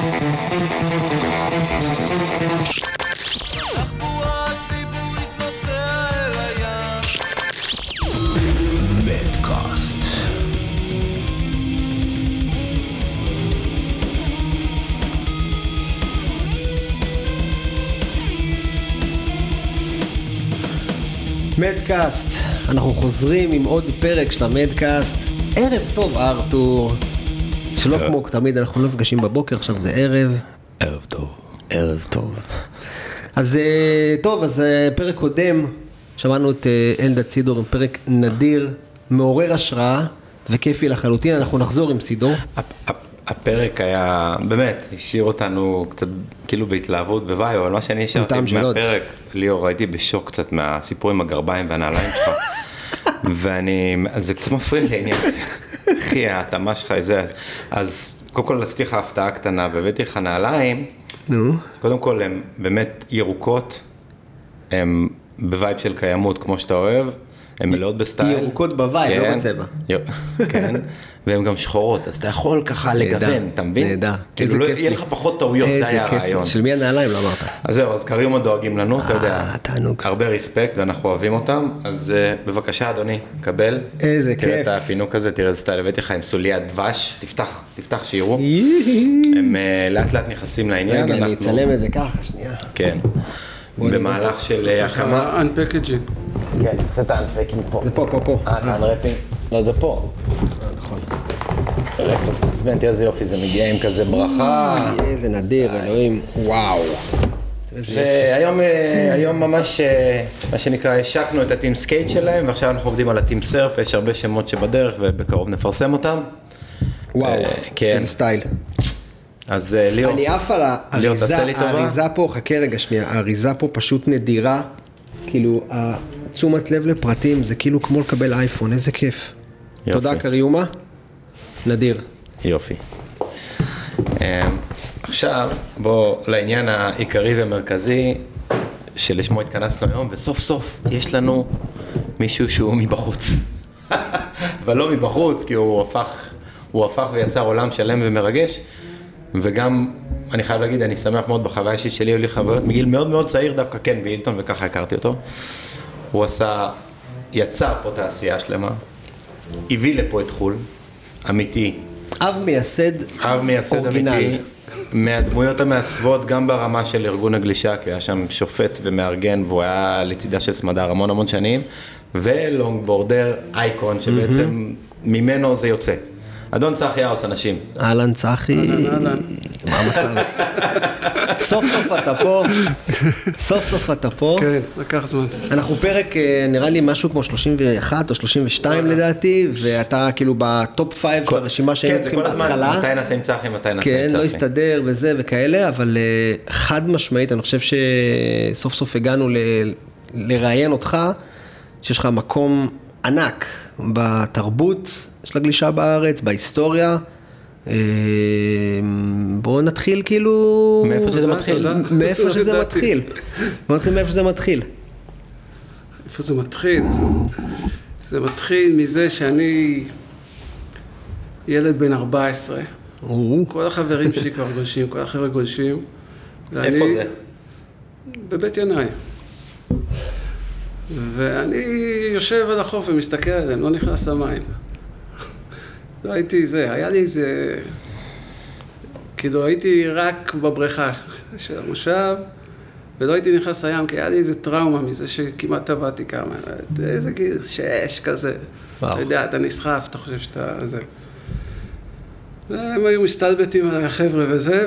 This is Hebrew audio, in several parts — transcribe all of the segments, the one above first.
מדקאסט, אנחנו חוזרים עם עוד פרק של המדקאסט. ערב טוב ארתור, שלא כמו תמיד אנחנו לא מפגשים בבוקר, עכשיו זה ערב. ערב טוב. ערב טוב. אז טוב, אז פרק קודם שמענו את אלדד סידור, פרק נדיר, מעורר השראה וכיפי לחלוטין. אנחנו נחזור עם סידור. הפרק היה, באמת, השאיר אותנו קצת כאילו בהתלהבות בוויו, אבל מה שאני השארתי מהפרק, ליאור, הייתי בשוק קצת מהסיפור עם הגרביים והנעליים שלך, זה קצת מפריע לי העניין הזה. אחי, ההתאמה שלך איזה, אז קודם כל עשיתי לך הפתעה קטנה, והבאתי לך נעליים, קודם כל הן באמת ירוקות, הן בווייב של קיימות, כמו שאתה אוהב, הן מלאות בסטייל. ירוקות בווייב, לא בצבע. כן. והן גם שחורות, אז אתה יכול ככה לגוון, אתה מבין? נהדר. כאילו יהיה לך פחות טעויות, זה היה הרעיון. של מי הנעליים, לא אמרת? אז זהו, אז קריומה דואגים לנו, אתה יודע, הרבה ריספקט ואנחנו אוהבים אותם, אז בבקשה אדוני, קבל. איזה כיף. תראה את הפינוק הזה, תראה איזה סטייל, הבאתי לך עם סוליית דבש, תפתח שיראו. הם לאט לאט נכנסים לעניין. רגע, אני אצלם את זה ככה, שנייה. כן. במהלך של הקמה. Unpackaging. כן, עושה את האנפקינג פה. זה פה. האנרפינג. לא, זה פה. נכון. תראה קצת עצבן, תראה איזה יופי, זה מגיע עם כזה ברכה. איזה נדיר, אלוהים, וואו. והיום ממש, מה שנקרא, השקנו את הטים סקייט שלהם, ועכשיו אנחנו עובדים על הטים סרף, יש הרבה שמות שבדרך, ובקרוב נפרסם אותם. וואו, איזה סטייל. אז ליאור, אני אף על האריזה פה, חכה רגע שנייה, האריזה פה פשוט נדירה, כאילו, תשומת לב לפרטים, זה כאילו כמו לקבל אייפון, איזה כיף. תודה קריומה, נדיר. יופי. עכשיו, בוא לעניין העיקרי ומרכזי, שלשמו התכנסנו היום, וסוף סוף יש לנו מישהו שהוא מבחוץ. אבל לא מבחוץ, כי הוא הפך ויצר עולם שלם ומרגש, וגם, אני חייב להגיד, אני שמח מאוד בחוויה אישית שלי, היו לי חוויות מגיל מאוד מאוד צעיר, דווקא כן באילטון, וככה הכרתי אותו. הוא יצר פה תעשייה שלמה, הביא לפה את חול, אמיתי. אב מייסד אמיתי, מהדמויות המעצבות, גם ברמה של ארגון הגלישה, כי היה שם שופט ומארגן, והוא היה לצידה של סמדר המון שנים, ולונגבורדר אייקון, שבעצם ממנו זה יוצא. אדון צחי האוס, אנשים. אהלן צחי. מה המצב? סוף סוף אתה פה. כן, לקח זמן. אנחנו פרק, נראה לי משהו כמו 31 או 32 לדעתי, ואתה כאילו בטופ 5 של הרשימה שהיינו צריכים בהתחלה. מתי נעשה עם צחי, מתי נעשה עם צחי. כן, לא הסתדר וזה וכאלה, אבל חד משמעית, אני חושב שסוף סוף הגענו לראיין אותך, שיש לך מקום ענק בתרבות של הגלישה בארץ, בהיסטוריה. בואו נתחיל כאילו... מאיפה שזה מתחיל? מאיפה שזה מתחיל. בואו נתחיל מאיפה שזה מתחיל. איפה זה מתחיל? זה מתחיל מזה שאני ילד בן 14. כל החברים שלי כבר גולשים, כל החבר'ה גולשים. איפה זה? בבית ינאי. ואני יושב על החוף ומסתכל עליהם, לא נכנס למים. לא הייתי זה, היה לי איזה, כאילו הייתי רק בבריכה של המושב, ולא הייתי נכנס לים, כי היה לי איזה טראומה מזה שכמעט טבעתי כמה, איזה גיל, 6 כזה. וואו. אתה יודע, אתה נסחף, אתה חושב שאתה זה. והם היו מסתלבטים על החבר'ה וזה,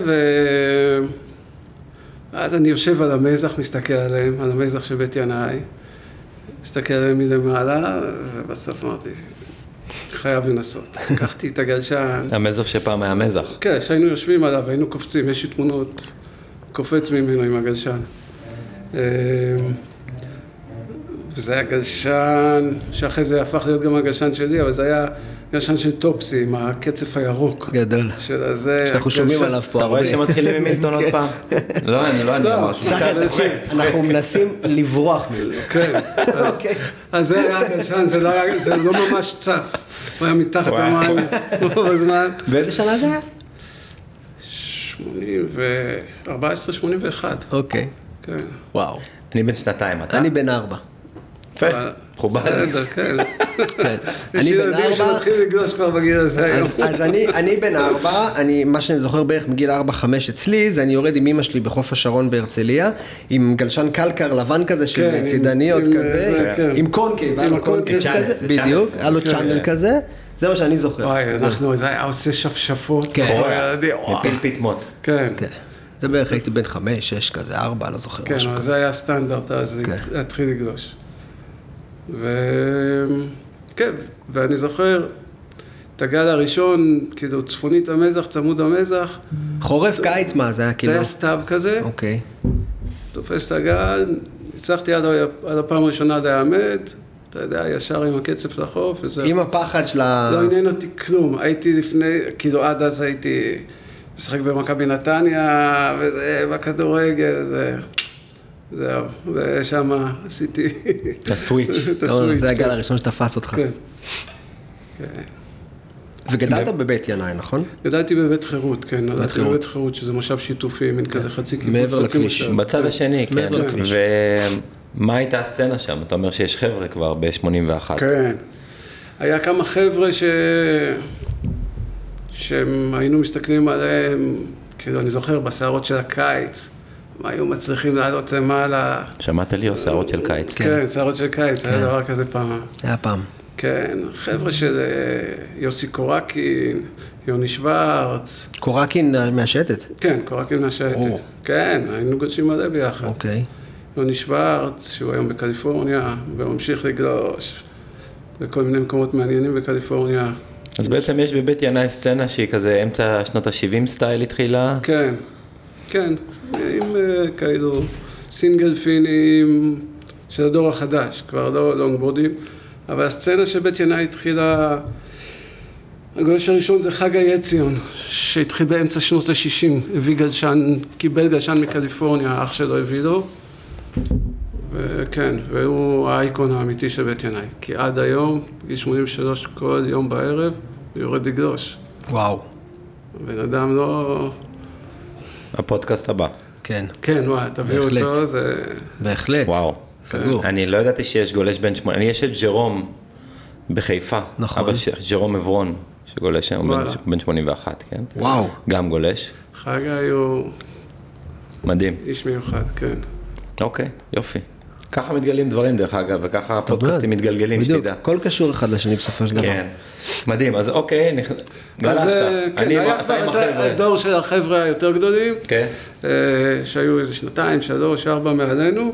ואז אני יושב על המזח, מסתכל עליהם, על המזח של בית ינאי, מסתכל עליהם מלמעלה, ובסוף אמרתי, חייב לנסות. לקחתי את הגלשן. המזח שפעם היה מזח. כן, שהיינו יושבים עליו, היינו קופצים, יש לי תמונות, קופץ ממנו עם הגלשן. וזה היה גלשן, שאחרי זה הפך להיות גם הגלשן שלי, אבל זה היה גלשן של טופסי, עם הקצף הירוק. גדול. שאנחנו שומעים עליו פה. אתה רואה שמתחילים עם מילטון עוד פעם? לא, אני משהו. אנחנו מנסים לברוח מזה. כן. אז זה היה הגלשן, זה לא ממש צף. הוא היה מתחת המים בזמן. באיזה שנה זה היה? 14, 81. אוקיי. כן. וואו. אני בן 2, אתה? אני בן 4. יפה, מכובד. בסדר, כן. כן. יש אני בן ילדים 4. שמתחילים לגלוש כבר בגיל הזה היום. אז אני בן 4, מה שאני זוכר בערך מגיל 4-5 אצלי, זה אני יורד עם אמא שלי בחוף השרון בהרצליה, עם גלשן קלקר לבן כזה של כן, צידניות עם כזה, זה, כן. עם קונקייב, היה לו קונקייב צ'אנל, כזה, זה בדיוק, צ'אנל. היה לו צ'אנל כזה, זה מה שאני זוכר. וואי, זה היה עושה שפשפות. כן. ילדים, וואי. מפיל פטמות. כן. כן. זה בערך הייתי בן 5, 6 כזה, 4, לא זוכר כן, משהו אבל כזה. זה היה הסטנדרט אז, כן. להתחיל לגלוש. כן, ואני זוכר את הגל הראשון, כאילו צפונית המזח, צמוד המזח, חורף, קיץ, מה זה היה זה כאילו? היה סתיו כזה, אוקיי. תופס את הגל, הצלחתי עד הפעם הראשונה עד העמד, אתה יודע, ישר עם הקצף לחוף, וזהו. עם הפחד של ה... לא עניין אותי כלום, הייתי לפני, כאילו עד אז הייתי משחק במכבי נתניה, וזה בכדורגל, זהו, זה שמה עשיתי את הסוויץ'. את הסוויץ'. זה הגל כן. הראשון שתפס אותך. כן. כן. וגדלת בבית ינאי, נכון? גדלתי בבית חירות, כן, גדלתי חירות. בבית חירות, שזה מושב שיתופי, מין כזה חצי קיבוץ, מעבר חצי לכביש. מושב. בצד השני, כן. מעבר לכביש. ומה הייתה הסצנה שם? אתה אומר שיש חבר'ה כבר ב-81. כן. היה כמה חבר'ה שהם היינו מסתכלים עליהם, כאילו אני זוכר בסערות של הקיץ, הם היו מצליחים לעלות למעלה. שמעת לי או שערות של קיץ? כן, שערות של קיץ, היה דבר כזה פעם. היה פעם. כן, חבר'ה של יוסי קורקין, יוני שוורץ. קורקין מהשתת? כן, קורקין מהשייטת. או. כן, היינו גולשים מלא ביחד. אוקיי. יוני שוורץ, שהוא היום בקליפורניה, וממשיך לגלוש בכל מיני מקומות מעניינים בקליפורניה. אז בעצם יש בבית ינאי סצנה שהיא כזה אמצע שנות ה-70 סטייל התחילה. כן, כן, עם כאלו סינגל פינים של הדור החדש, כבר לא לונגבורדים, אבל הסצנה של בית ינאי התחילה, הגולש הראשון זה חג היציון, שהתחיל באמצע שנות ה-60, הביא גלשן, קיבל גלשן מקליפורניה, האח שלו הביא לו, וכן, והוא האייקון האמיתי של בית ינאי, כי עד היום, בגיל 83 כל יום בערב, הוא יורד לגלוש. וואו. הבן אדם לא... הפודקאסט הבא. כן. כן, וואי, תביאו בהחלט. אותו, זה... בהחלט. וואו. סגור. אני לא ידעתי שיש גולש בן 80, יש את ג'רום בחיפה. נכון. אבא של ג'רום עברון, שגולש היום וואלה. בן 81, כן? וואו. גם גולש. חגי הוא מדהים. איש מיוחד, כן. אוקיי, יופי. ככה מתגלים דברים דרך אגב, וככה הפודקאסטים מתגלגלים, בדיוק, שתדע. הכל קשור אחד לשני בסופו של דבר. כן. מדהים, אז אוקיי, אז גלשת. כן, אני היה אתה כבר עם את החבר'ה. הדור של החבר'ה היותר גדולים, כן. שהיו איזה 2, 3, 4 מעלינו.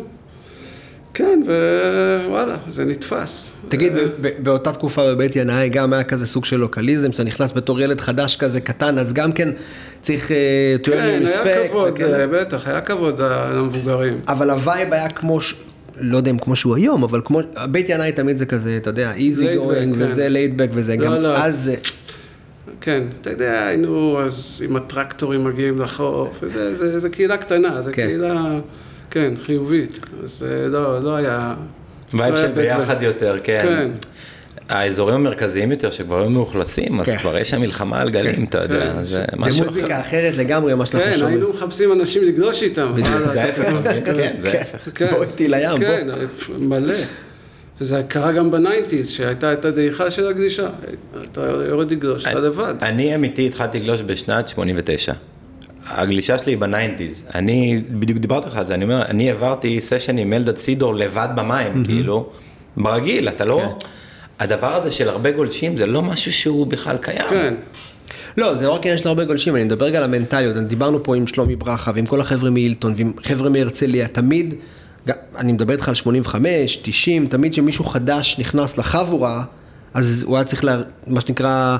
כן, ווואלה, זה נתפס. תגיד, באותה תקופה בבית ינאי גם היה כזה סוג של לוקליזם, שאתה נכנס בתור ילד חדש כזה קטן, אז גם כן צריך to earn כן, your respect. היה כבוד, וכאלה. בטח, היה כבוד למבוגרים. אבל הווייב היה כמו, לא יודע אם כמו שהוא היום, אבל כמו, בית ינאי תמיד זה כזה, אתה יודע, easy Laid going, back, וזה כן. laid back, וזה לא, גם לא. אז זה, כן, אתה יודע, היינו אז עם הטרקטורים מגיעים לחוף, זה קהילה קטנה, זה כן. קהילה, כן, חיובית. אז לא היה... וייב לא של היה בית ביחד יותר, כן. כן. האזורים המרכזיים יותר שכבר היו מאוכלסים, אז כן. כבר יש שם מלחמה על גלים, אתה יודע, כן. זה זה משהו אחר. מוזיקה אחרת לגמרי, מה שאנחנו כן, שומעים. היינו מחפשים אנשים לגלוש איתם. וואלה, זה ההפך, אתה מבין? כן, זה כן. ההפך. כן. בוא איתי לים, בוא. כן, מלא. וזה קרה גם בניינטיז, שהייתה את הדעיכה של הגלישה. אתה יורד לגלוש, אתה לבד. אני אמיתי התחלתי לגלוש בשנת 89. הגלישה שלי היא בניינטיז. אני, בדיוק דיברתי לך על זה, אני אומר, אני העברתי סשן עם אלדד סידור לבד במים, כאילו, ברגיל, אתה לא... הדבר הזה של הרבה גולשים זה לא משהו שהוא בכלל קיים. כן. לא, זה לא רק עניין של הרבה גולשים, אני מדבר גם על המנטליות, דיברנו פה עם שלומי ברכה ועם כל החבר'ה מאילטון ועם חבר'ה מהרצליה, תמיד, אני מדבר איתך על 85, 90, תמיד שמישהו חדש נכנס לחבורה, אז הוא היה צריך, מה שנקרא,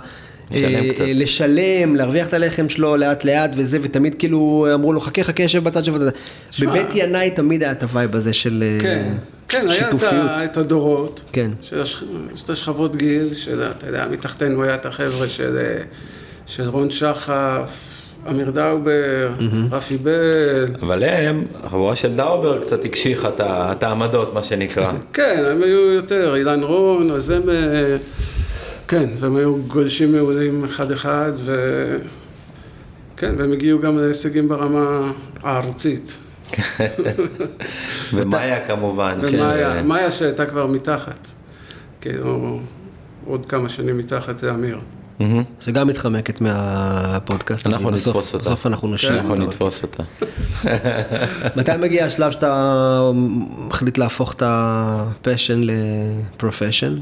לשלם, להרוויח את הלחם שלו לאט לאט וזה, ותמיד כאילו אמרו לו, חכה, ישב בצד שבצד. בבית ינאי תמיד היה את הווייב הזה של כן, היה שיתופיות. את הדורות, כן. של השכבות גיל, אתה יודע, מתחתנו היה את החבר'ה של רון שחף, אמיר דאובר, רפי בל. אבל הם, החבורה של דאובר קצת הקשיחה את העמדות, מה שנקרא. כן, הם היו יותר, אילן רון, אז הם, כן, והם היו גולשים מעולים אחד אחד, כן, והם הגיעו גם להישגים ברמה הארצית. ומאיה כמובן. ומאיה שהייתה כבר מתחת. כאילו, עוד כמה שנים מתחת לאמיר. שגם מתחמקת מהפודקאסט. אנחנו נתפוס אותה. בסוף אנחנו נשאיר אותה. אנחנו נתפוס אותה. מתי מגיע השלב שאתה מחליט להפוך את הפשן לפרופשן?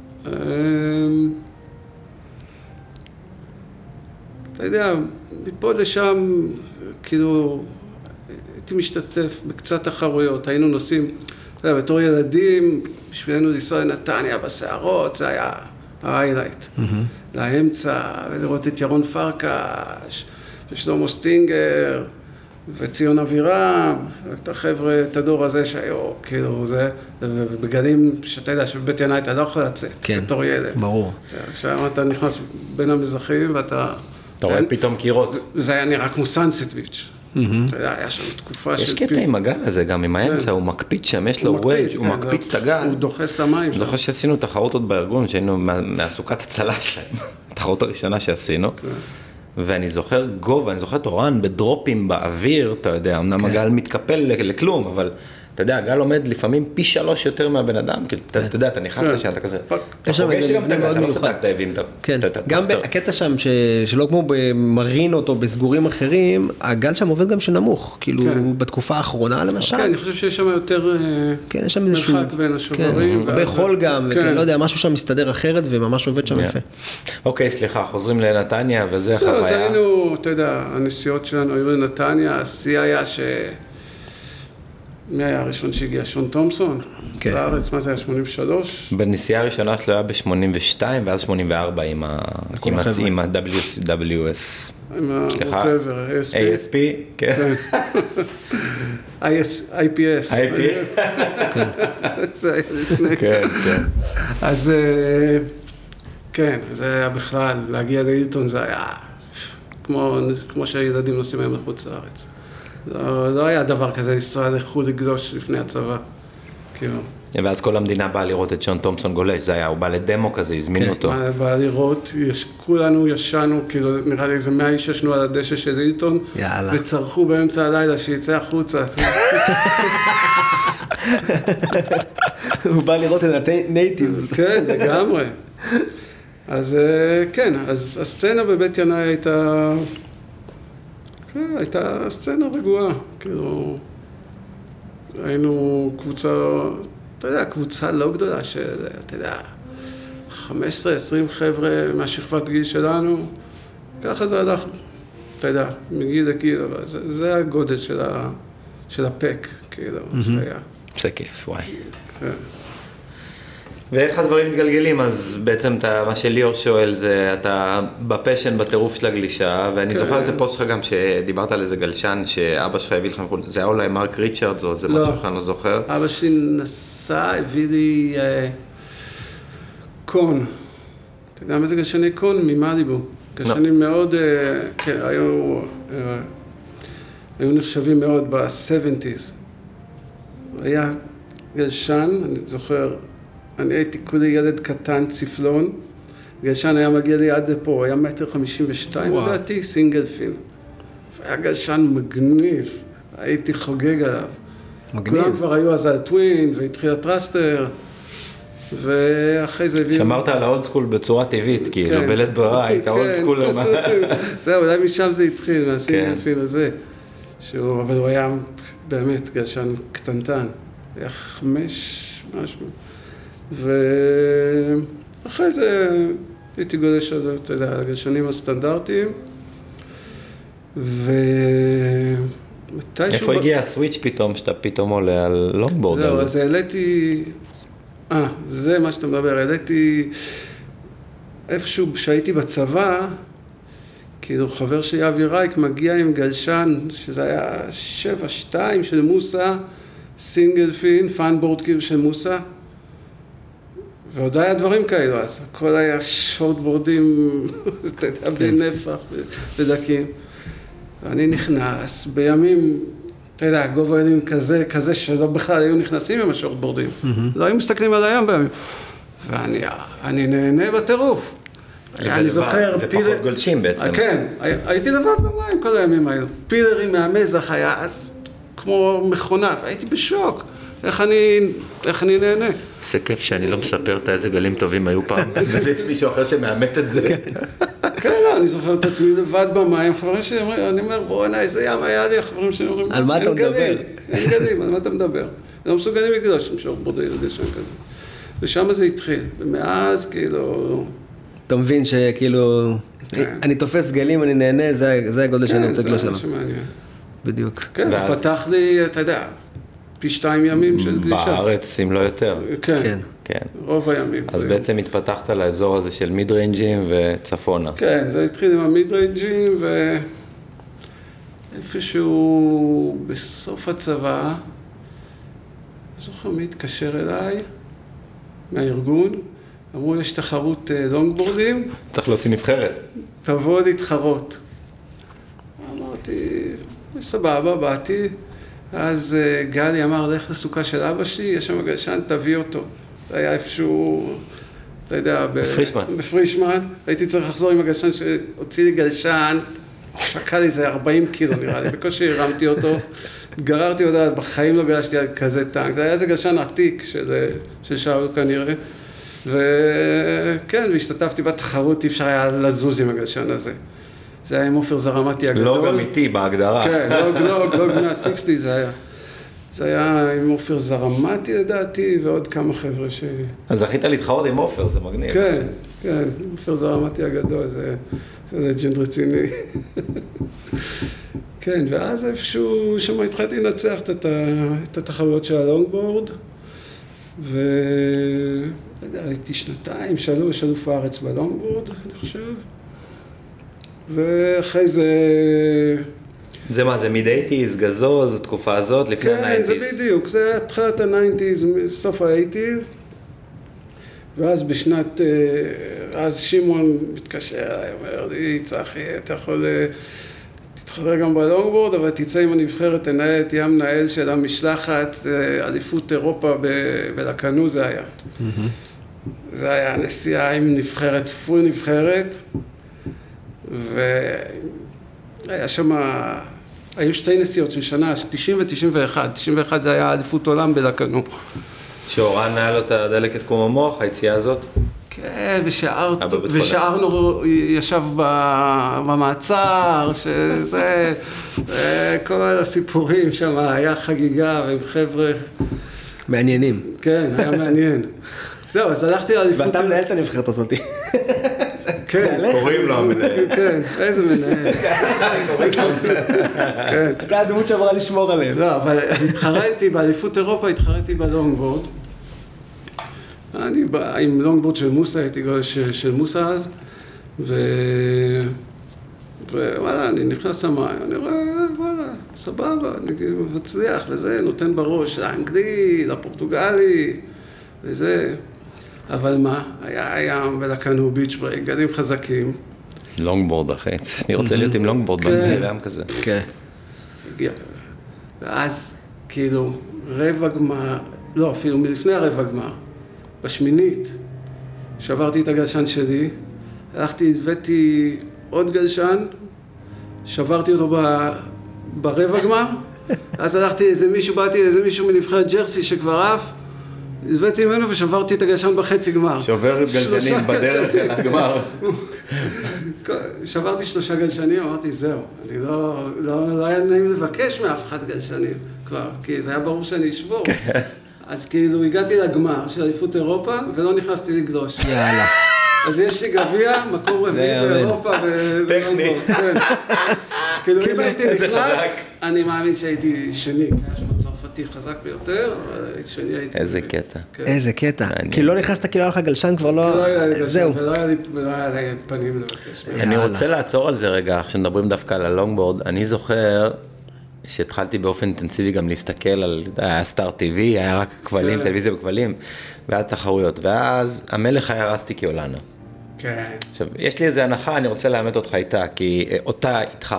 אתה יודע, מפה לשם, כאילו, הייתי משתתף בקצת תחרויות, היינו נוסעים, אתה יודע, בתור ילדים, בשבילנו לנסוע לנתניה בסערות, זה היה ההיילייט. לאמצע, ולראות את ירון פרקש, ושלמה סטינגר, וציון אבירם, את החבר'ה, את הדור הזה שהיו, כאילו, זה, ובגלים שאתה יודע, שבבית ינאי אתה לא יכול לצאת, בתור ילד. ברור. עכשיו אתה נכנס בין המזרחים ואתה... אתה רואה פתאום קירות. זה היה נראה כמו סאנסט ביץ'. אתה יודע, היה שם תקופה של... יש קטע עם הגל הזה גם, עם האמצע, הוא מקפיץ שם, יש לו ווייג', הוא מקפיץ את הגל. הוא דוחס את המים. אני זוכר שעשינו תחרות עוד בארגון, שהיינו מהסוכת הצלה שלהם, התחרות הראשונה שעשינו. ואני זוכר גובה, אני זוכר תורן בדרופים באוויר, אתה יודע, אמנם הגל מתקפל לכלום, אבל אתה יודע, הגל עומד לפעמים פי 3 יותר מהבן אדם, אתה יודע, אתה נכנס לשם, אתה כזה, אתה חוגש גם את הגל, אתה לא סדק את האבים, כן, גם הקטע שם, שלא כמו במרינות או בסגורים אחרים, הגל שם עובד גם שנמוך, כאילו בתקופה האחרונה למשל. כן, אני חושב שיש שם יותר מרחק בין השוברים. הרבה חול גם, לא יודע, משהו שם מסתדר אחרת וממש עובד שם יפה. אוקיי, סליחה, חוזרים לנתניה וזה חוויה. אז היינו, אתה יודע, הנסיעות שלנו היו לנתניה, השיא היה מי היה הראשון שהגיע? שון תומסון? כן. בארץ, מה זה היה? 83? בנסיעה הראשונה שלו היה ב-82 ואז 84 עם ה-WS. סליחה? ASP? כן. IPS. זה היה לפני. כן, כן. אז כן, זה היה בכלל, להגיע לאילטון זה היה כמו שהילדים נוסעים היום לחוץ לארץ. לא היה דבר כזה, ישראל לחול לגלוש לפני הצבא. ואז כל המדינה באה לראות את שון תומסון גולש, זה היה, הוא בא לדמו כזה, הזמינו אותו. כן, בא לראות, כולנו ישנו, כאילו נראה לי איזה 100 איש ישנו על הדשא של אילטון, וצרכו באמצע הלילה שיצא החוצה. הוא בא לראות את הנייטיב. כן, לגמרי. אז כן, אז הסצנה בבית ינאי הייתה... כן, הייתה סצנה רגועה, כאילו, היינו קבוצה, אתה יודע, קבוצה לא גדולה של, אתה יודע, 15-20 חבר'ה מהשכבת גיל שלנו, ככה זה הלך, אתה יודע, מגיל לגיל, אבל זה הגודל של הפק, כאילו, שהיה. זה כיף, וואי. כן. ואיך הדברים מתגלגלים? אז בעצם מה שליאור שואל זה, אתה בפשן, בטירוף של הגלישה, ואני זוכר איזה פוסט שלך גם שדיברת על איזה גלשן שאבא שלך הביא לך, זה היה אולי מרק ריצ'רדס או זה משהו שלך, אני לא זוכר. אבא שלי נסע, הביא לי קון. אתה יודע מה זה גלשני קון? ממליבו. גלשנים מאוד, כן, היו נחשבים מאוד ב-70s. היה גלשן, אני זוכר, אני הייתי כולי ילד קטן, צפלון, גלשן היה מגיע לי עד לפה, היה 1.52 לדעתי, סינגל פין. והיה גלשן מגניב, הייתי חוגג עליו. מגניב. כולם כבר היו אז על טווין, והתחיל הטרסטר, ואחרי זה הביאו... שמרת על האולד סקול בצורה טבעית, כאילו, בלית ברירה, היית אולד סקול. זהו, אולי משם זה התחיל, מהסינגל פין הזה. אבל הוא היה באמת גלשן קטנטן, היה 5 משהו. ואחרי זה הייתי גולש, אתה יודע, הגלשנים הסטנדרטיים, איפה הגיע הסוויץ' פתאום, שאתה פתאום עולה על לונגבורד? זהו, אז העליתי, זה מה שאתה מדבר, העליתי איפשהו שהייתי בצבא, כאילו חבר שלי אבי רייק מגיע עם גלשן, שזה היה 7-2 של מוסה, סינגל פין, פאנבורד כאילו של מוסה, ועוד היה דברים כאלו, אז הכל היה שורטבורדים, אתה יודע, בלי נפח ודקים. ואני נכנס בימים, אתה יודע, גובה ילדים כזה שלא בכלל היו נכנסים עם השורטבורדים. לא היו מסתכלים על הים בימים. ואני נהנה בטירוף. אני זוכר, ופחות גולשים בעצם. כן, הייתי לבד במים כל הימים האלו. פילרים מהמזח היה אז כמו מכונה, והייתי בשוק. איך אני נהנה? זה כיף שאני לא מספר את איזה גלים טובים היו פעם, וזה יש מישהו אחר שמאמת את זה. כן, לא, אני זוכר את עצמי לבד במים, חברים שלי אומרים, אני אומר, בוא'נה, איזה ים היה לי, החברים שלי אומרים, על מה אתה מדבר? אין גלים, על מה אתה מדבר? לא מסוגלים לגלוש, למשוך בורדי לגשם כזה. ושם זה התחיל, ומאז כאילו... אתה מבין שכאילו, אני תופס גלים, אני נהנה, זה הגודל שאני רוצה לגלוש עליו. כן, זה מעניין. בדיוק. כן, זה פתח לי, אתה יודע, פי 2 ימים של גלישה. בארץ, אם לא יותר. כן, כן. רוב הימים. אז בעצם התפתחת לאזור הזה של מיד-ריינג'ים וצפונה. כן, זה התחיל עם המיד-ריינג'ים, ואיפשהו בסוף הצבא, אני זוכר מי התקשר אליי, מהארגון, אמרו, יש תחרות לונגבורדים. צריך להוציא נבחרת. תבוא להתחרות. אמרתי, סבבה, באתי. אז גלי אמר, לך לסוכה של אבא שלי, יש שם גלשן, תביא אותו. זה היה איפשהו, אתה יודע, בפרישמן. הייתי צריך לחזור עם הגלשן שהוציא לי גלשן, שקע לי איזה 40 קילו נראה לי, בקושי הרמתי אותו. גררתי אותה, בחיים לא גלשתי על כזה טנק. זה היה איזה גלשן עתיק של שאול כנראה. וכן, והשתתפתי בתחרות, אי אפשר היה לזוז עם הגלשן הזה. זה היה עם עופר זרמתי הגדול. לא גם איתי בהגדרה. כן, לא בני ה-60 זה היה. זה היה עם עופר זרמתי לדעתי, ועוד כמה חבר'ה ש... אז זכית להתחרות עם עופר, זה מגניב. כן, עופר זרמתי הגדול, זה לג'נד רציני. כן, ואז איפשהו שם התחלתי לנצח את התחרויות של הלונגבורד, הייתי 2-3 אלוף הארץ בלונגבורד, אני חושב. ואחרי זה... זה מה, זה מיד-80s, גזוז, תקופה הזאת, לפני ה-90s? כן, זה בדיוק, זה התחלת ה-90s, סוף ה-80s. ואז אז שמעון מתקשר, אומר לי, צחי, אתה יכול תתחבר גם בלונגבורד, אבל תצא עם הנבחרת, תהיה המנהל של המשלחת, אליפות אירופה בלקנו זה היה. זה היה נסיעה עם נבחרת, פול נבחרת, והיה שם, היו 2 נסיעות של שנה, 90 ו-91, 91 זה היה אליפות עולם בלקנו. שאורן היה לו את הדלקת קום המוח, היציאה הזאת? כן, ושארנו ישב במעצר, שזה, כל הסיפורים שם, היה חגיגה ועם חבר'ה. מעניינים. כן, היה מעניין. זהו, אז הלכתי לאליפות... ואתה מנהל את הנבחרת הזאת. כן. קוראים לו המנהל. כן, איזה מנהל. קוראים לו המנהל. אתה הדמות שעברה לשמור עליהם. לא, אבל אז התחרתי, באליפות אירופה התחרתי בלונגבורד. אני עם לונגבורד של מוסה, הייתי גולש של מוסה אז, ווואלה, אני נכנס למים, אני רואה, וואלה, סבבה, אני מצליח וזה, נותן בראש לאנגלי, לפורטוגלי, וזה, אבל מה, היה ים ולקנו ביץ' ברייק, גלים חזקים. לונגבורד, אחי, אני רוצה להיות עם לונגבורד בים כזה. כן. ואז, כאילו, רבע גמר, לא, אפילו מלפני הרבע גמר, בשמינית, שברתי את הגלשן שלי, הלכתי, הבאתי עוד גלשן, שברתי אותו ברבע גמר, אז הלכתי באתי איזה מישהו מנבחרת ג'רסי שכבר עף, הבאתי ממנו ושברתי את הגלשן בחצי גמר. שוברת גלשנים בדרך אל הגמר. שברתי 3 גלשנים, אמרתי זהו, אני לא היה נעים לבקש מאף אחד גלשנים כבר, כי זה היה ברור שאני אשבור. אז כאילו הגעתי לגמר של אליפות אירופה ולא נכנסתי לגלוש. יאללה. אז יש לי גביע, מקום רביעי באירופה. טכני. כאילו אם הייתי נכנס, אני מאמין שהייתי שני, כי היה שם צרפתי חזק ביותר, אבל הייתי שני, הייתי... איזה קטע. איזה קטע. כי לא נכנסת, כאילו היה לך גלשן כבר לא... זהו. ולא היה לי פנים לבקש. אני רוצה לעצור על זה רגע, כשנדברים דווקא על הלונגבורד. אני זוכר שהתחלתי באופן אינטנסיבי גם להסתכל על, היה סטאר TV, היה רק כבלים, טלוויזיה בכבלים, והיה תחרויות. ואז המלך היה רסטי קיולנו. כן. עכשיו, יש לי איזו הנחה, אני רוצה לאמת אותך איתה, כי אותה איתך.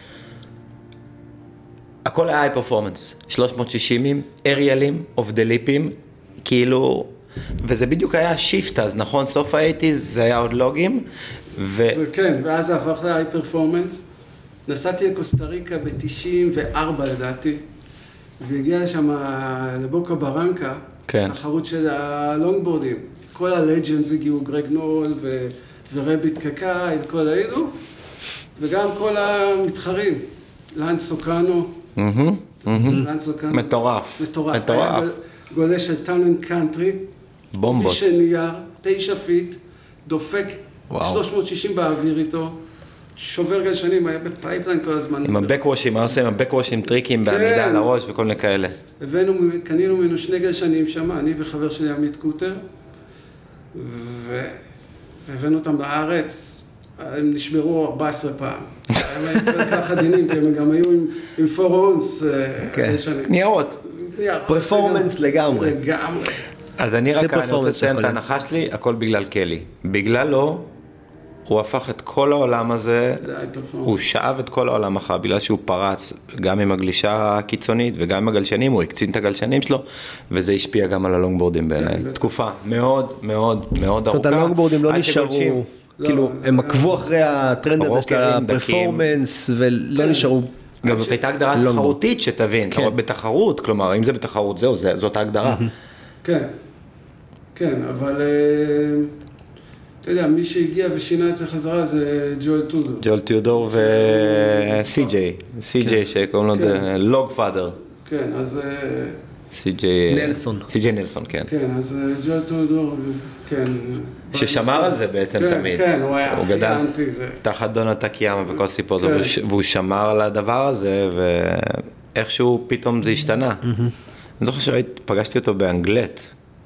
הכל היה היי פרפורמנס, 360-ים, אריאלים, אובדליפים, כאילו, וזה בדיוק היה שיפט אז, נכון? סוף ה-80s זה היה עוד לוגים, וכן, ואז זה הפך להיי פרפורמנס. נסעתי לקוסטה ריקה ב-94 לדעתי, והגיע לשם לבוקה ברנקה, תחרות של הלונגבורדים. כל הלג'נדס הגיעו, גרג נול ורביט קקאי וכל האלו, וגם כל המתחרים, לנס סוקנו. מטורף. היה גולה של טאונן קאנטרי, בומבות. כביש של נייר, 9 פיט, דופק 360 באוויר איתו, שובר גלשנים, היה בפייפליין כל הזמן. עם הבקוושים, מה עושים? עם הבקוושים טריקים בעמידה על הראש וכל מיני כאלה. קנינו ממנו 2 גלשנים שם, אני וחבר שלי עמית קוטר, והבאנו אותם לארץ, הם נשברו 14 פעם. הם ככה דינים, כי הם גם היו עם 4 אונס גלשנים. ניירות. פרפורמנס לגמרי. לגמרי. אז אני רוצה לציין את ההנחה שלי, הכל בגלל קלי. בגללו, הוא הפך את כל העולם הזה, הוא שאב את כל העולם אחר, בגלל שהוא פרץ גם עם הגלישה הקיצונית וגם עם הגלשנים, הוא הקצין את הגלשנים שלו, וזה השפיע גם על הלונגבורדים בעיניי. תקופה מאוד מאוד מאוד ארוכה. זאת אומרת, הלונגבורדים לא נשארו, כאילו, הם עקבו אחרי הטרנד הזה של הפרפורמנס, ולא נשארו. גם זאת הייתה הגדרה תחרותית שתבין, בתחרות, כלומר, אם זה בתחרות, זהו, זאת ההגדרה. כן, כן, אבל אתה יודע, מי שהגיע ושינה את זה חזרה זה ג'ואל טודור. ג'ואל טודור וסי.ג'יי שקוראים לו לוג פאדר. כן, אז סי.ג'יי נלסון. סי.ג'יי נלסון, כן. כן, אז ג'ואל טודור, כן. ששמר על זה בעצם תמיד. כן, הוא היה הכי אנטי זה. תחת דונה טקיאמה וכל סיפור הזה, והוא שמר על הדבר הזה, ואיכשהו פתאום זה השתנה. אני זוכר שפגשתי אותו באנגלט.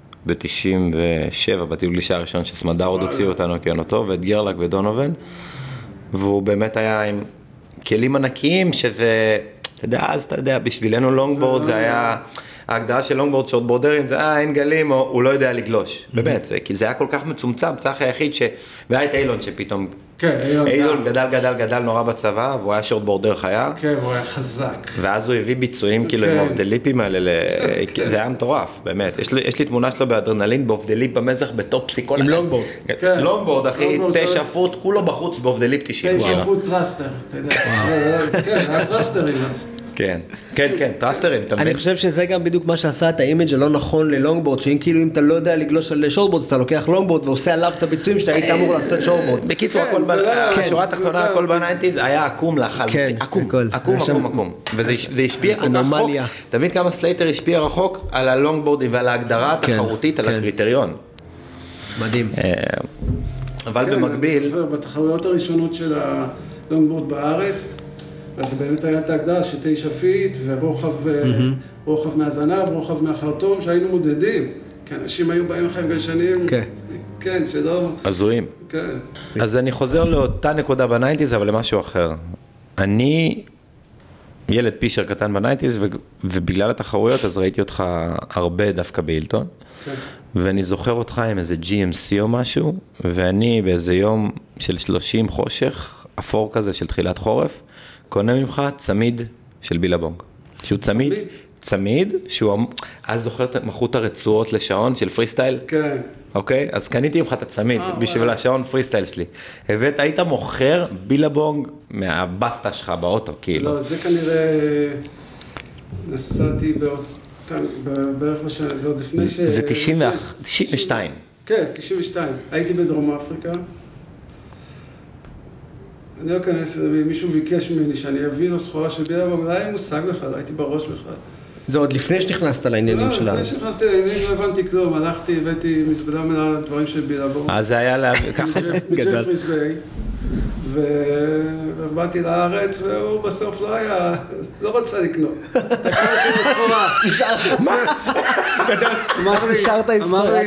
ב-97, בטיול גלישה הראשון שסמדר עוד הוציאו אותנו כיונותו, ואת גרלק ודונובן, והוא באמת היה עם כלים ענקיים, שזה, אתה יודע, אז אתה יודע, בשבילנו לונגבורד זה היה, ההגדרה של לונגבורד שורטבורדרים זה, אין גלים, או הוא לא יודע לגלוש, באמת, כי זה היה כל כך מצומצם, צחי היחיד והיה את אילון שפתאום, אילון גדל נורא בצבא, והוא היה שורטבורדר חיה. כן, הוא היה חזק. ואז הוא הביא ביצועים כאילו עם אובדליפים האלה, זה היה מטורף, באמת. יש לי תמונה שלו באדרנלין, באובדליפ במזח בטופסי. עם לונגבורד. לונגבורד, אחי, 9 פוט, כולו בחוץ באובדליפ 90. 9 פוט טרסטר, אתה יודע. כן, היה טרסטרים אז. כן, טרסטרים, תמיד. אני חושב שזה גם בדיוק מה שעשה את האימג' הלא נכון ללונגבורד, שאם כאילו אם אתה לא יודע לגלוש על שורטבורד, אתה לוקח לונגבורד ועושה עליו את הביצועים שאתה היית אמור לעשות את שורטבורד. בקיצור, השורה התחתונה, הכל בניינטיז היה עקום לחלוטין, עקום. וזה השפיע כל כך רחוק, תבין כמה סלייטר השפיע רחוק על הלונגבורדים ועל ההגדרה התחרותית, על הקריטריון. מדהים. אבל במקביל... בתחרויות הראשונות של הלונגבורד בארץ, אז זה באמת היה את ההגדרה של 9 פיט ורוחב מהזנב, רוחב מהחרטום, שהיינו מודדים. כי אנשים היו באים אחרי גלשנים, כן, שלא... עזויים. כן. אז אני חוזר לאותה נקודה בניינטיז, אבל למשהו אחר. אני ילד פישר קטן בניינטיז, ובגלל התחרויות אז ראיתי אותך הרבה דווקא באילטון. כן. ואני זוכר אותך עם איזה GMC או משהו, ואני באיזה יום של 30 חושך, אפור כזה של תחילת חורף, קונה ממך צמיד של בילבונג. שהוא צמיד, שהוא, אז זוכרת מחוט הרצועות לשעון של פרי סטייל? כן. אוקיי? אז קניתי ממך את הצמיד בשביל השעון פרי סטייל שלי. היית מוכר בילבונג מהבסטה שלך באוטו, כאילו. לא, זה כנראה נסעתי בערך לשנה, זה עוד לפני ש... זה 92. כן, 92. הייתי בדרום אפריקה. אני לא אכנס, מישהו ביקש ממני שאני אביא לו סחורה של בילבונג, לא היה לי מושג בכלל, הייתי בראש בכלל. זה עוד לפני שנכנסת לעניינים שלה. לא, לפני שנכנסתי לעניינים, לא הבנתי כלום, הלכתי, הבאתי מזבלה מן הדברים של בילבונג. אז זה היה ככה גדל. בג'פריס ביי, ובאתי לארץ, והוא בסוף לא היה, לא רצה לקנות. מה? נשארת היסטוריה.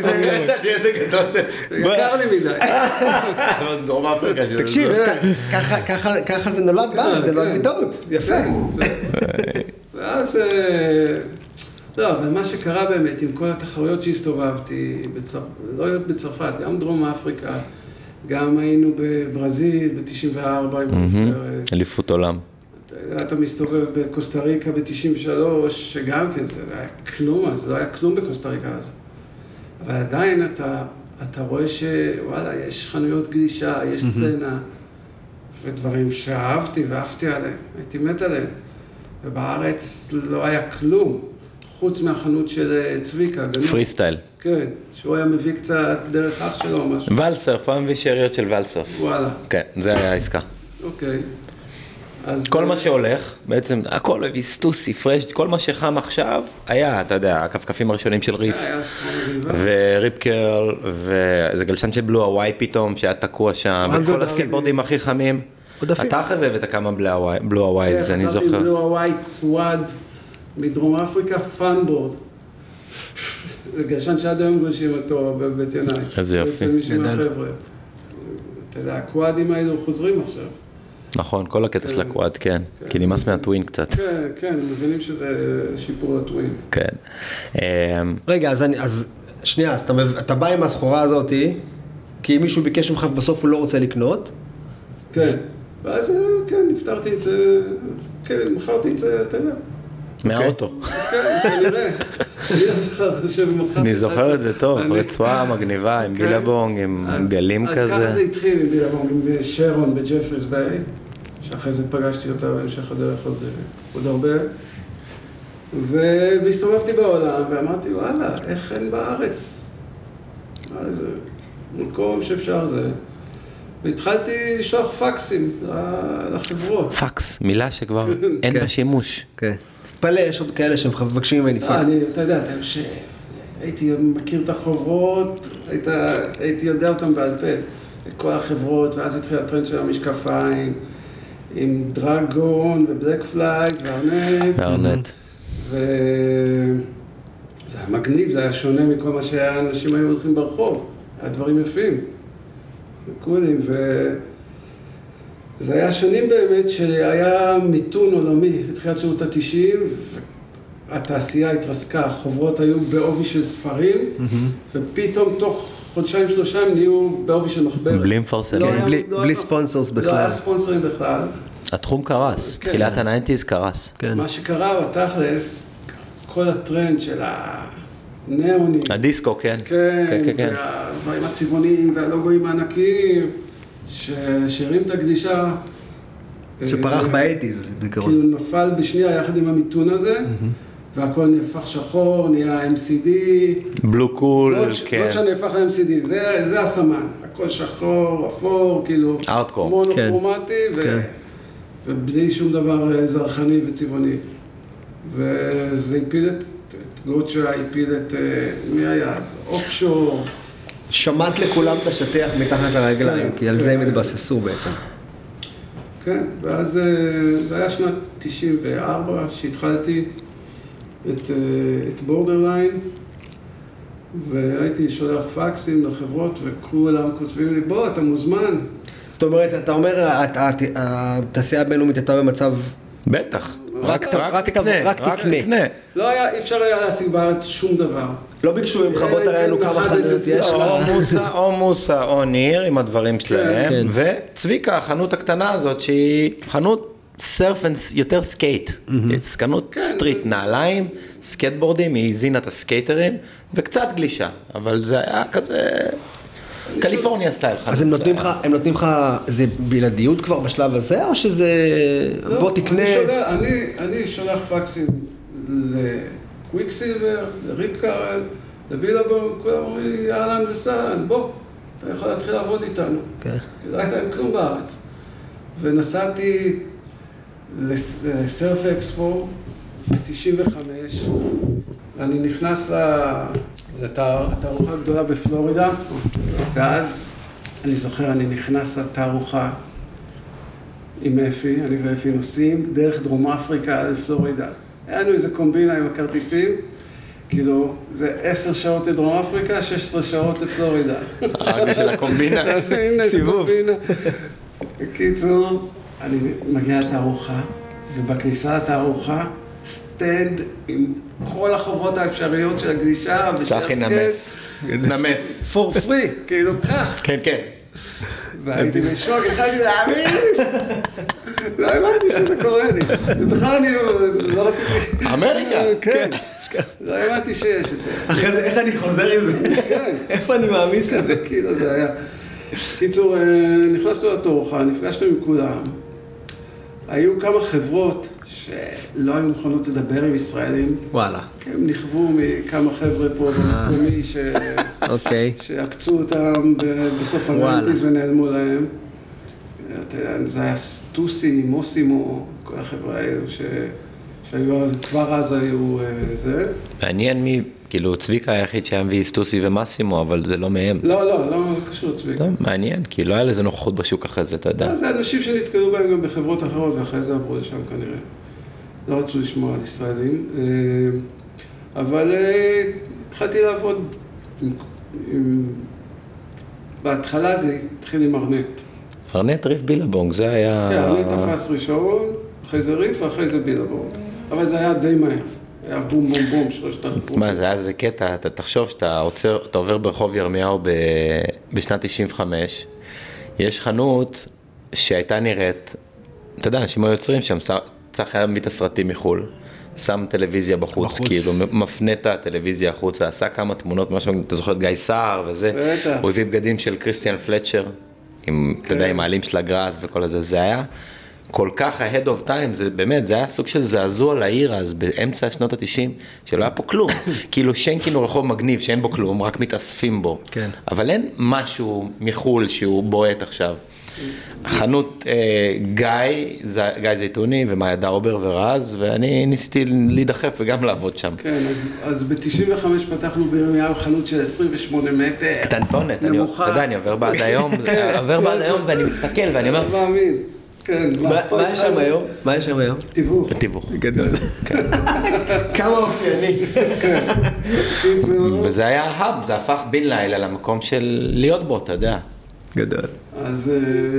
יקר לי מדי. דרום אפריקה. תקשיב, ככה זה נולד בארץ, זה לא בטעות. יפה. ואז, לא, אבל מה שקרה באמת עם כל התחרויות שהסתובבתי, לא בצרפת, גם דרום אפריקה, גם היינו בברזיל ב-94 עם הנבחרת. אליפות עולם. אתה מסתובב בקוסטה ריקה ב-93, שגם כן, זה היה כלום אז, לא היה כלום בקוסטה ריקה אז. אבל עדיין אתה אתה רואה שוואלה, יש חנויות גלישה, יש סצנה, ודברים שאהבתי ואהבתי עליהם, הייתי מת עליהם. ובארץ לא היה כלום, חוץ מהחנות של צביקה. פרי סטייל. כן, שהוא היה מביא קצת דרך אח שלו או משהו. ולסרף, הוא היה מביא שאריות של ולסרף. וואלה. כן, זה היה העסקה. אוקיי. כל מה שהולך, בעצם הכל הביא סטוסי, פרש, כל מה שחם עכשיו, היה, אתה יודע, הכפכפים הראשונים של ריף, וריפ קרל, וזה גלשן של בלו הוואי פתאום, שהיה תקוע שם, וכל הסקייטבורדים הכי חמים. אתה אחרי זה הבאת כמה בלו הוואי, זה אני זוכר. בלו הוואי קוואד, מדרום אפריקה, פאנבורד. זה גלשן שעד היום גולשים אותו בבית ינאי. איזה יופי. בעצם מישהו מהחבר'ה. אתה יודע, הקוואדים האלו חוזרים עכשיו. נכון, כל הקטע של הקוואד, כן. כי נמאס מהטווין קצת. כן, כן, מבינים שזה שיפור לטווין. כן. רגע, אז שנייה, אז אתה בא עם הסחורה הזאת, כי מישהו ביקש ממך בסוף הוא לא רוצה לקנות. כן, ואז כן, נפטרתי את זה, כן, מכרתי את זה, אתה יודע. מהאוטו. כן, כנראה. אני זוכר את זה טוב, רצועה מגניבה עם בילבונג, עם גלים כזה. אז ככה זה התחיל עם בילבונג, עם שרון בג'פריס ביי, שאחרי זה פגשתי אותה בהמשך הדרך עוד הרבה. והסתובבתי בעולם ואמרתי, וואלה, איך אין בארץ? איזה מקום שאפשר זה. והתחלתי לשלוח פקסים לחברות. פקס, מילה שכבר אין בה שימוש. כן. תתפלא, יש עוד כאלה שמבקשים ממני פקס. אתה יודע, הייתי מכיר את החברות, הייתי יודע אותם בעל פה. כל החברות, ואז התחיל הטרנד של המשקפיים, עם דרגון ובלק פלייז וארנט. וזה היה מגניב, זה היה שונה מכל מה שהאנשים היו הולכים ברחוב. היה דברים יפים. קולים, וזה היה שנים באמת שהיה מיתון עולמי, התחילת שנות ה-90, והתעשייה התרסקה, החוברות היו בעובי של ספרים, ופתאום תוך חודשיים-שלושה הם נהיו בעובי של מחברת. בלי מפרסם. בלי ספונסרס בכלל. לא היה ספונסרים בכלל. התחום קרס, תחילת ה-90s קרס. מה שקרה בתכלס, כל הטרנד של ניאונים. הדיסקו, כן. כן, והדברים הצבעוניים והלוגויים הענקיים, שהרים את הקדישה. שפרח באייטיז, בעיקרון. כאילו נפל בשנייה יחד עם המיתון הזה, והכל נהפך שחור, נהיה MCD. בלו קול, כן. לא שנהפך ל-MCD, זה הסמן. הכל שחור, אפור, כאילו. ארטקור. מונוכרומטי, ובלי שום דבר זרחני וצבעוני. וזה הפיל את גוצ'ה, הפיל את מי היה אז? אופשור. שמעת לכולם את השטח מתחת לרגליים, כי על זה הם התבססו בעצם. כן, ואז זה היה שנת 94 שהתחלתי את בורדרליין, והייתי שולח פקסים לחברות וכולם כותבים לי, בוא, אתה מוזמן. זאת אומרת, אתה אומר, התעשייה הבינלאומית הייתה במצב... בטח, רק תקנה. לא היה, אפשר היה להשיג בארץ שום דבר. לא ביקשו ממך, בוא תראה לנו כמה חנויות יש לך. או מוסה או ניר עם הדברים שלהם, וצביקה, החנות הקטנה הזאת שהיא חנות סרפנס, יותר סקייט, חנות סטריט, נעליים, סקייטבורדים, היא הזינה את הסקייטרים, וקצת גלישה, אבל זה היה כזה... קליפורניה סטייל. אז הם נותנים לך, זה בלעדיות כבר בשלב הזה, או שזה, בוא תקנה... אני שולח פקסים לקוויקסילבר, לריפ קארל, לבילבון, כולם אומרים לי, אהלן וסהלן, בוא, אתה יכול להתחיל לעבוד איתנו. לא הייתה להם כלום בארץ. ונסעתי לסרף אקספו ב-95, אני נכנס זו תערוכה גדולה בפלורידה, ואז אני זוכר, אני נכנס לתערוכה עם אפי, אני ואפי נוסעים דרך דרום אפריקה לפלורידה. היה לנו איזה קומבינה עם הכרטיסים, כאילו, זה 10 שעות לדרום אפריקה, 16 שעות לפלורידה. רק בשביל הקומבינה, סיבוב. בקיצור, אני מגיע לתערוכה, ובכניסה לתערוכה, סטנד עם כל החוברות האפשריות של הגלישה צחי נמס. נמס. for free, כאילו כך. כן, כן. והייתי בשוק, התחלתי להאמין. לא האמנתי שזה קורה לי. ובכלל אני לא רציתי... אמריקה. כן. לא האמנתי שיש את זה. אחרי זה, איך אני חוזר עם זה? כן. איפה אני מעמיס את זה? כאילו זה היה. קיצור, נכנסנו לתערוכה, נפגשנו עם כולם. היו כמה חברות שלא היו מוכנות לדבר עם ישראלים. וואלה. הם נכוו מכמה חבר'ה פה במקומי אוקיי. שעקצו אותם בסוף ה-90s ונעלמו להם. אתה יודע, זה היה סטוסי, מוסימו, כל החברה האלו שהיו כבר אז היו זה. מעניין מי, כאילו צביקה היחיד שהיה מביא סטוסי ומסימו, אבל זה לא מהם. לא קשור צביקה. מעניין, כי לא היה לזה נוכחות בשוק אחרי זה, אתה יודע. זה אנשים שנתקלו בהם גם בחברות אחרות, ואחרי זה עברו לשם כנראה. לא רצו לשמוע על ישראלים. אבל התחלתי לעבוד בהתחלה זה התחיל עם ארנט. ארנט ריף בילבונג, זה היה... כן, ארנט תפס ראשון, אחרי זה ריף ואחרי זה בילבונג. אבל זה היה די מהר. היה בום בום בום, שלושת הרפות. מה, זה היה איזה קטע, אתה תחשוב שאתה עובר ברחוב ירמיהו בשנת 95, יש חנות שהייתה נראית, אתה יודע, אנשים היו יוצרים שם, צריך היה מביא את הסרטים מחול, שם טלוויזיה בחוץ, כאילו, מפנה את הטלוויזיה החוצה, עשה כמה תמונות, משהו, אתה זוכר את גיא סער וזה, הוא הביא בגדים של קריסטיאן פלצ'ר, אתה יודע, עם העלים של הגראס וכל הזה, זה היה כל כך ה-head of time, זה באמת, זה היה סוג של זעזוע לעיר אז, באמצע שנות ה-90, שלא היה פה כלום. כאילו שנקין הוא רחוב מגניב שאין בו כלום, רק מתאספים בו. כן. אבל אין משהו מחול שהוא בועט עכשיו. חנות גיא זיתוני ומאיה דאובר ורז, ואני ניסיתי להידחף וגם לעבוד שם. כן, אז ב-95 פתחנו בירמיהו חנות של 28 מטר. קטנטונת, אתה יודע, אני עובר בעד היום, ואני מסתכל ואני אומר... לא מאמין. כן. מה יש שם היום? מה יש שם היום? תיווך. תיווך. גדול. כמה אופייני. וזה היה ההאב, זה הפך בן לילה למקום של להיות בו, אתה יודע. גדול. אז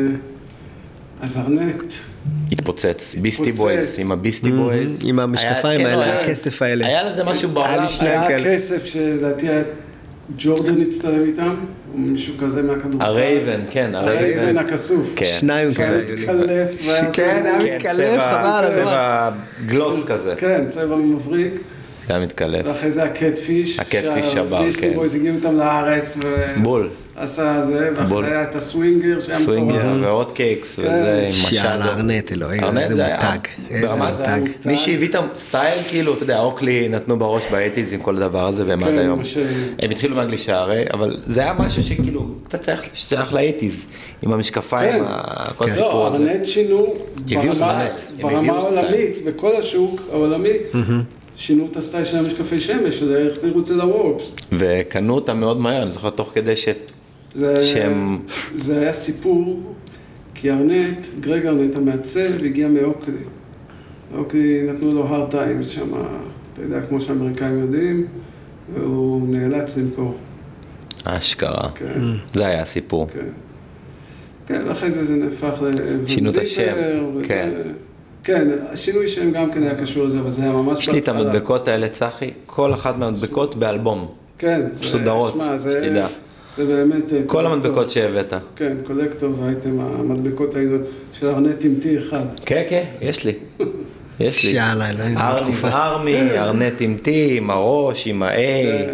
ארנט... התפוצץ, ביסטי בויז, עם הביסטי בויז. עם המשקפיים האלה, הכסף האלה. היה לזה משהו בעולם. היה כסף שלדעתי היה ג'ורדן הצטלם איתם, או מישהו כזה מהכדורסל. הרייבן, כן, הרייבן הכסוף. שניים כאלה. מתקלף. כן, היה מתקלף, חבל על הזמן. צבע גלוס כזה. כן, צבע מבריק. זה היה מתקלף. ואחרי זה הקטפיש. הקטפיש שבר, כן. ביסטי בויז הגיעו אותם לארץ. בול. עשה זה, ואחרי היה את הסווינגר. סווינגר והוט קייקס, וזה עם משל. שיאללה, ארנט, אלוהים, איזה מותג. ברמה זה היה מי שהביא את הסטייל, כאילו, אתה יודע, אוקלי נתנו בראש באייטיז עם כל הדבר הזה, והם עד היום. הם התחילו מהגלישה הרי, אבל זה היה משהו שכאילו, קצת צריך לאייטיז, עם המשקפיים, כל הסיפור הזה. לא, ארנט שינו ברמה העולמית, בכל השוק העולמי. שינו את הסטייל של המשקפי שמש, שזה החזירו את זה לוורפס. וקנו אותם מאוד מהר, אני זוכר תוך כדי שהם... זה היה סיפור, כי ארנט, גרג ארנט המעצב, הגיע מאוקלי. אוקלי נתנו לו hard times שם, אתה יודע, כמו שהאמריקאים יודעים, והוא נאלץ למכור. אשכרה. כן. זה היה הסיפור. כן. כן, ואחרי זה נהפך שינו את השם, כן. כן, השינוי שם גם כן היה קשור לזה, אבל זה היה ממש... יש לי את המדבקות האלה, צחי, כל אחת מהמדבקות באלבום. כן, סודרות, שתדע. זה באמת... כל המדבקות שהבאת. כן, קולקטור, זה הייתם המדבקות האלו של ארנט עם T אחד. כן, כן, יש לי. יש לי. שאלה, אלוהים. ארליז ארמי, ארנט עם T, עם הראש, עם ה-A.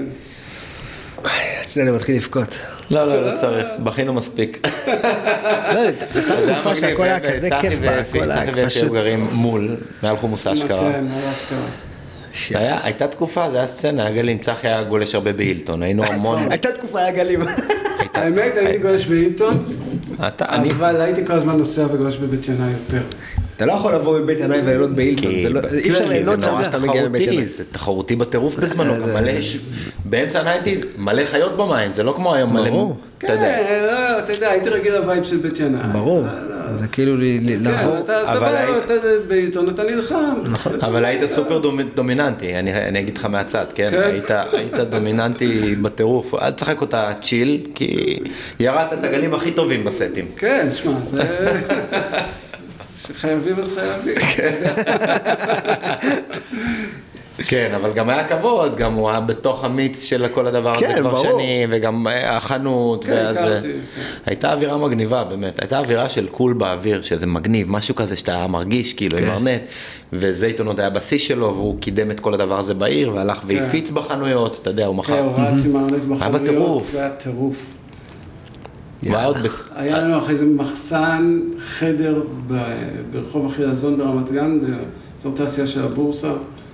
אצלנו מתחיל לבכות. לא צריך, בכינו מספיק. לא, זה הייתה תקופה שהכל היה כזה כיף בהכל, צחי ואפי גרים מול, מעל חומוס אשכרה. כן, מעל אשכרה. הייתה תקופה, זה היה סצנה, היה גלים, צחי היה גולש הרבה בהילטון, היינו המון... הייתה תקופה, היה גלים. האמת, הייתי גולש בהילטון, אבל הייתי כל הזמן נוסע וגולש בבית ינאי יותר. אתה לא יכול לבוא מבית ינאי ולילות בהילטון, אי אפשר ליהנות שם שאתה מגיע מבית ינאי. זה תחרותי בטירוף בזמנו, באמצע הנייטיז מלא חיות במים, זה לא כמו היום מלא, אתה יודע, הייתי רגיל לווייב של בית ינאי. ברור, זה כאילו לבוא. אתה בא בהילטון, אתה נלחם. אבל היית סופר דומיננטי, אני אגיד לך מהצד, כן? היית דומיננטי בטירוף, אל תשחק אותה צ'יל, כי ירדת את הגלים הכי טובים בסטים. כן, שמע, זה... שחייבים אז חייבים. כן, אבל גם היה כבוד, גם הוא היה בתוך המיץ של כל הדבר הזה כן, כבר ברור. שנים, וגם החנות, כן, ואז הכרתי, כן. הייתה אווירה מגניבה, באמת, הייתה אווירה של קול באוויר, שזה מגניב, משהו כזה שאתה מרגיש כאילו עם ארנט, וזייטון עוד היה בשיא שלו, והוא קידם את כל הדבר הזה בעיר, והלך והפיץ בחנויות, אתה יודע, הוא כן, מכר. הוא רץ עם הארנט בחנויות, בטירוף. זה היה טירוף. והיה עוד היה לנו אחרי זה מחסן, חדר ברחוב החילזון ברמת גן, באזור תעשייה של הבורסה.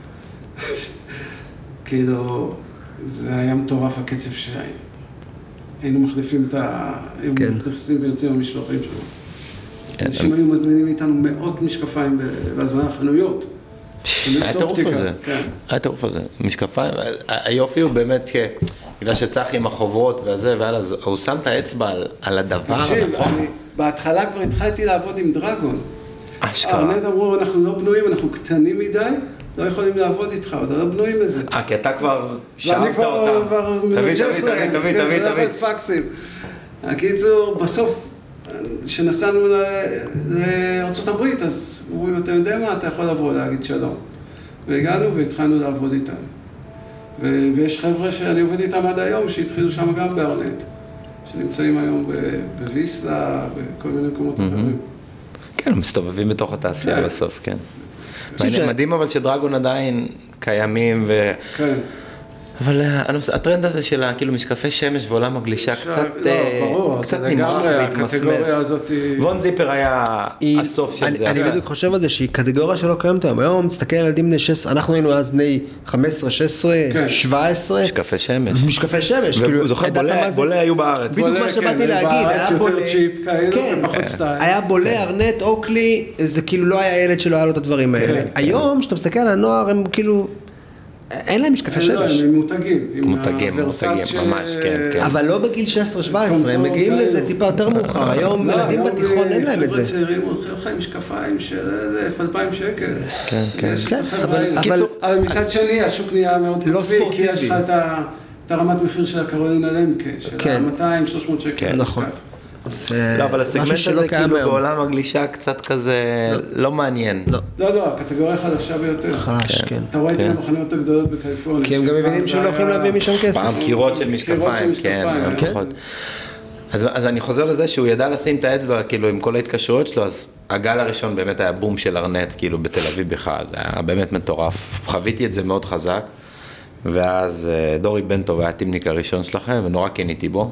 כאילו, זה היה מטורף הקצב שהיינו. היינו מחליפים את היינו מתייחסים ויוצאים המשלוחים שלנו. אנשים היו מזמינים איתנו מאות משקפיים בהזמנה החנויות. היה טירוף הזה, היה טירוף הזה, משקפיים, היופי הוא באמת בגלל שצחי עם החוברות והזה, הוא שם את האצבע על הדבר הנכון. בהתחלה כבר התחלתי לעבוד עם דרגון. אשכרה. הארנט אמרו, אנחנו לא בנויים, אנחנו קטנים מדי, לא יכולים לעבוד איתך, עוד לא בנויים לזה. כי אתה כבר ואני כבר מנג'ס להם, תביא. פקסים. הקיצור, בסוף, כשנסענו לארצות הברית, אז אמרו, אתה יודע מה, אתה יכול לבוא להגיד שלום. והגענו והתחלנו לעבוד איתם. ויש חבר'ה שאני עובד איתם עד היום, שהתחילו שם גם בארנט, שנמצאים היום בוויסלה, בכל מיני מקומות אחרים. כן, מסתובבים בתוך התעשייה בסוף, כן. מדהים אבל שדרגון עדיין קיימים כן. אבל הטרנד הזה של כאילו משקפי שמש ועולם הגלישה קצת נמרח והתמסמס. וון זיפר היה הסוף של זה. אני בדיוק חושב על זה שהיא קטגוריה שלא קיימת היום. היום תסתכל על ילדים בני 16, אנחנו היינו אז בני 15, 16, 17. משקפי שמש. משקפי שמש. וזוכר בולה היו בארץ. בדיוק מה שבאתי להגיד. היה בולה, ארנט, אוקלי, זה כאילו לא היה ילד שלא היה לו את הדברים האלה. היום, כשאתה מסתכל על הנוער, הם כאילו... אין להם משקפי שמש. הם מותגים. מותגים, ממש, כן. אבל לא בגיל 16-17, הם מגיעים לזה טיפה יותר מאוחר. היום ילדים בתיכון אין להם את זה. חבר'ה צעירים הולכים לך עם משקפיים של 2,000 שקל. כן. אבל מצד שני, השוק נהיה מאוד קטבי, כי יש לך את הרמת מחיר של הקרולינה למקה, של 200-300 שקל. נכון. לא, אבל הסגמנט הזה כאילו בעולם הגלישה קצת כזה לא מעניין. לא, הקטגוריה חדשה ביותר. חלש, כן. אתה רואה את זה בחנויות הגדולות בקליפורניה. כי הם גם מבינים שהם לא יכולים להביא משם כסף. פעם קירות של משקפיים, כן. אז אני חוזר לזה שהוא ידע לשים את האצבע כאילו עם כל ההתקשרויות שלו, אז הגל הראשון באמת היה בום של ארנט כאילו בתל אביב בכלל, זה היה באמת מטורף. חוויתי את זה מאוד חזק, ואז דורי בנטוב היה הטימניק הראשון שלכם, ונורא קניתי בו.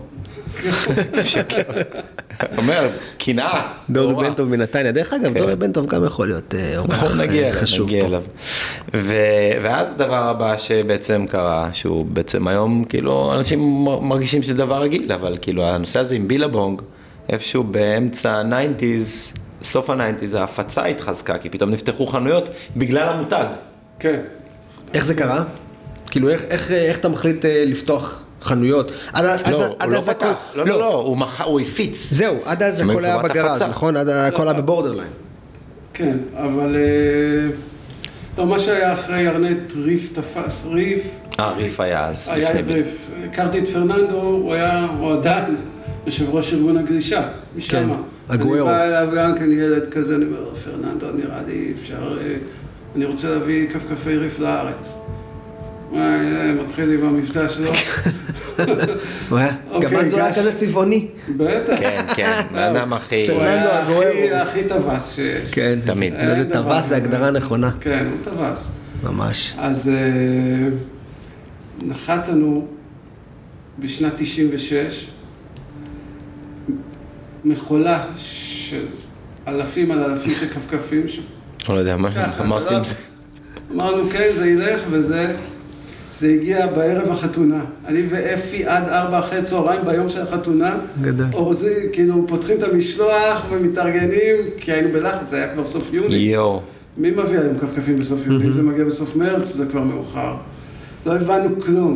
אומר, קנאה. דורי בנטוב מנתניה, דרך אגב, דורי בנטוב גם יכול להיות אורח חשוב פה. ואז הדבר הבא שבעצם קרה, שהוא בעצם היום, כאילו, אנשים מרגישים שזה דבר רגיל, אבל כאילו, הנושא הזה עם בילבונג, איפשהו באמצע ה-90s, סוף ה-90s, ההפצה התחזקה, כי פתאום נפתחו חנויות בגלל המותג. כן. איך זה קרה? כאילו, איך אתה מחליט לפתוח חנויות? לא פתח, לא, הוא הפיץ. זהו, עד אז הכל היה בגראז', נכון? עד הכל היה בבורדרליין. כן, אבל לא, מה שהיה אחרי ארנט, ריף תפס, ריף היה אז. היה ריף. הכרתי את פרננדו, הוא עדיין יושב ראש ארגון הגלישה, משם. הגוארו. אני בא אליו גם כן ילד כזה, אני אומר, פרננדו, נראה לי אפשר, אני רוצה להביא כפכפי ריף לארץ. מתחיל עם המבטא שלו. גם אז הוא היה כזה צבעוני. בטח. כן, האדם הכי... פרננדו הכי טווס שיש. כן, תמיד. זה טווס, זה הגדרה נכונה. כן, הוא טווס. ממש. אז נחתנו בשנת 96, מכולה של אלפים על אלפים של כפכפים. לא יודע, מה עושים עם זה? אמרנו, כן, זה ילך וזה... זה הגיע בערב החתונה. אני ואפי עד 4:00 ביום של החתונה. גדל. אורזים, כאילו, פותחים את המשלוח ומתארגנים, כי היינו בלחץ, זה היה כבר סוף יוני. יואו. מי מביא היום כפכפים בסוף יוני? אם זה מגיע בסוף מרץ, זה כבר מאוחר. לא הבנו כלום.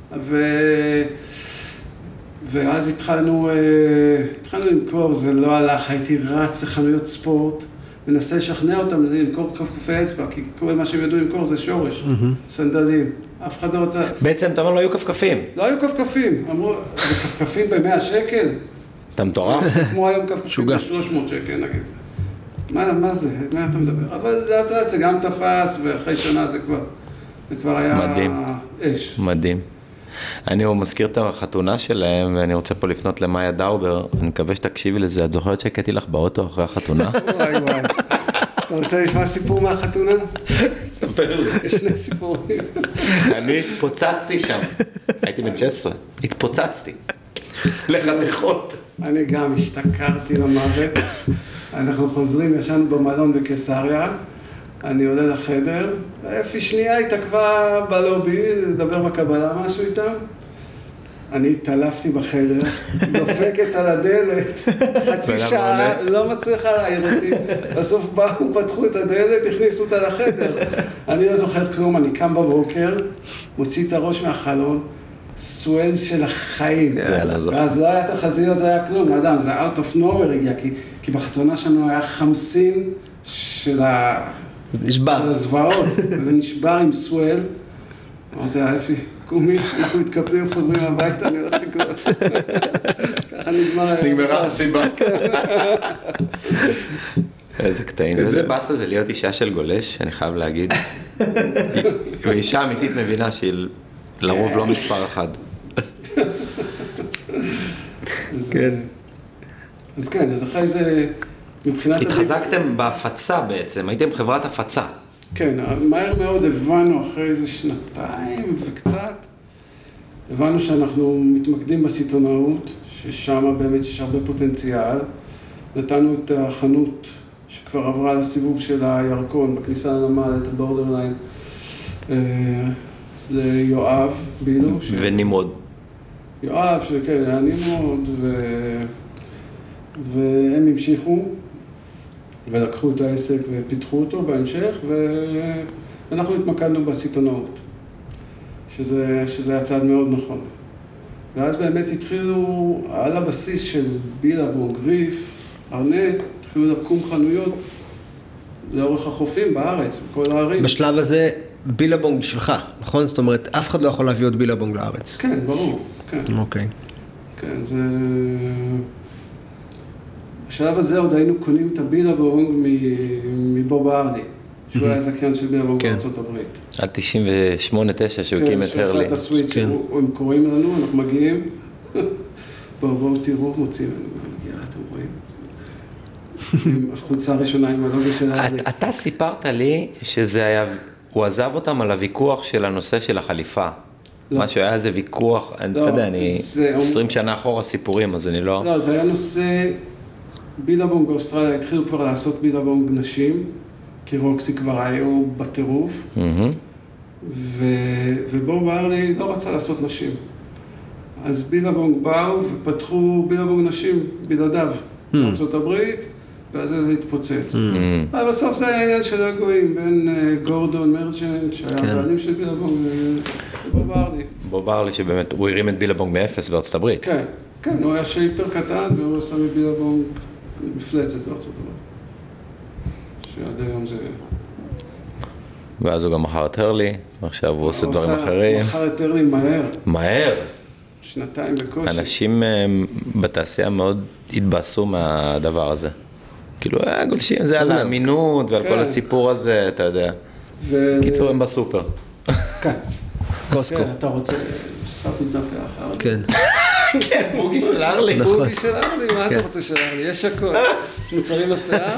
ואז התחלנו למכור, זה לא הלך, הייתי רץ לחנויות ספורט, מנסה לשכנע אותם למכור כפכפי אצבע, כי כל מה שהם ידעו למכור זה שורש, סנדלים, אף אחד לא רוצה... בעצם אתה אומר לא היו כפכפים. לא היו כפכפים, אמרו, זה כפכפים ב100 שקל? אתה מטורף? כמו היום כפכפים ב300 שקל נגיד. מה זה? מה אתה מדבר? אבל לאט לאט זה גם תפס, ואחרי שנה זה כבר זה כבר היה מדהים. אש. מדהים. אני מזכיר את החתונה שלהם, ואני רוצה פה לפנות למאיה דאובר, אני מקווה שתקשיבי לזה, את זוכרת שהקטי לך באוטו אחרי החתונה? וואי וואי. אתה רוצה לשמוע סיפור מהחתונה? ספר לי. יש שני סיפורים. אני התפוצצתי שם, הייתי בן 16, התפוצצתי. לחתיכות. אני גם השתכרתי למוות. אנחנו חוזרים, ישנו במלון בקיסריה, אני עולה לחדר, אפי שנייה הייתה כבר בלובי, לדבר בקבלה משהו איתם. אני התעלפתי בחדר, דופקת על הדלת, חצי שעה, לא מצליחה להעיר אותי. בסוף באו, פתחו את הדלת, הכניסו אותה לחדר. אני לא זוכר כלום, אני קם בבוקר, מוציא את הראש מהחלון, סואל של החיים. ואז לא היה תחזיות, זה היה כלום, אדם, זה out of nowhere הגיע, כי בחתונה שלנו היה חמסין של הזוועות, וזה נשבר עם סואל. אמרתי לה, אפי, קומי, אנחנו מתקפלים, חוזרים הביתה, אני הולך לגלוש. ככה נגמרה הסיבה. איזה קטעים. איזה באסה זה להיות אישה של גולש, אני חייב להגיד. ואישה אמיתית מבינה שהיא לרוב לא מספר אחד. כן. אז כן, אז אחרי זה, מבחינת... התחזקתם בהפצה בעצם, הייתם חברת הפצה. כן, מהר מאוד הבנו אחרי איזה שנתיים וקצת, הבנו שאנחנו מתמקדים בסיטונאות, ששם באמת יש הרבה פוטנציאל. נתנו את החנות שכבר עברה לסיבוב של הירקון, בכניסה לנמל, את הבורדרליין, ליואב בילו. ונמרוד. יואב, שכן, היה נמרוד, והם המשיכו. ולקחו את העסק ופיתחו אותו בהמשך, ואנחנו התמקדנו בסיטונאות, שזה היה צעד מאוד נכון. ואז באמת התחילו, על הבסיס של בילבונג, ריף, ארנט, התחילו לקום חנויות לאורך החופים בארץ, בכל הערים. בשלב הזה בילבונג שלך, נכון? זאת אומרת, אף אחד לא יכול להביא עוד בילבונג לארץ. כן, ברור, כן. אוקיי. כן, זה... בשלב הזה עוד היינו קונים את הבילבונג מבוב ארלי, שהוא היה זכיין של בילבונג בארצות הברית. עד 98-9 שהוא הקים את הרלי. כן, שעשה את הסוויץ', הם קוראים לנו, אנחנו מגיעים, בואו תראו, מוצאים, מגיעה, אתם רואים? החולצה הראשונה עם הלוגו של הרלי. אתה סיפרת לי שזה היה, הוא עזב אותם על הוויכוח של הנושא של החליפה. משהו, היה איזה ויכוח, אתה יודע, אני 20 שנה אחורה סיפורים, אז אני לא... לא, זה היה נושא... בילבונג באוסטרליה התחילו כבר לעשות בילבונג נשים, כי רוקסי כבר היו בטירוף, ובוב ארלי לא רצה לעשות נשים. אז בילבונג באו ופתחו בילבונג נשים בלעדיו בארצות הברית, ואז זה התפוצץ. אבל בסוף זה היה עניין של הגויים, בין גורדון מרצ'נט, שהיה בעלים של בילבונג, ובוב ארלי. בוב ארלי שבאמת, הוא הרים את בילבונג מאפס בארצות הברית. כן, כן, הוא היה שייפר קטן, והוא עשה מבילבונג מפלצת בארצות הברית. שעד היום זה... ואז הוא גם מכר את הרלי, עכשיו הוא עושה דברים אחרים. הוא מכר את הרלי מהר. מהר? שנתיים בקושי. אנשים בתעשייה מאוד התבאסו מהדבר הזה. כאילו, גולשים, זה על האמינות ועל כל הסיפור הזה, אתה יודע. קיצור, הם בסופר. כן. קוסקו. כן, אתה רוצה... ספי דווקא אחר. כן. כן, בוגי של הרלי. בוגי של הרלי, מה אתה רוצה של הרלי? יש הכל. מוצרים לשיער.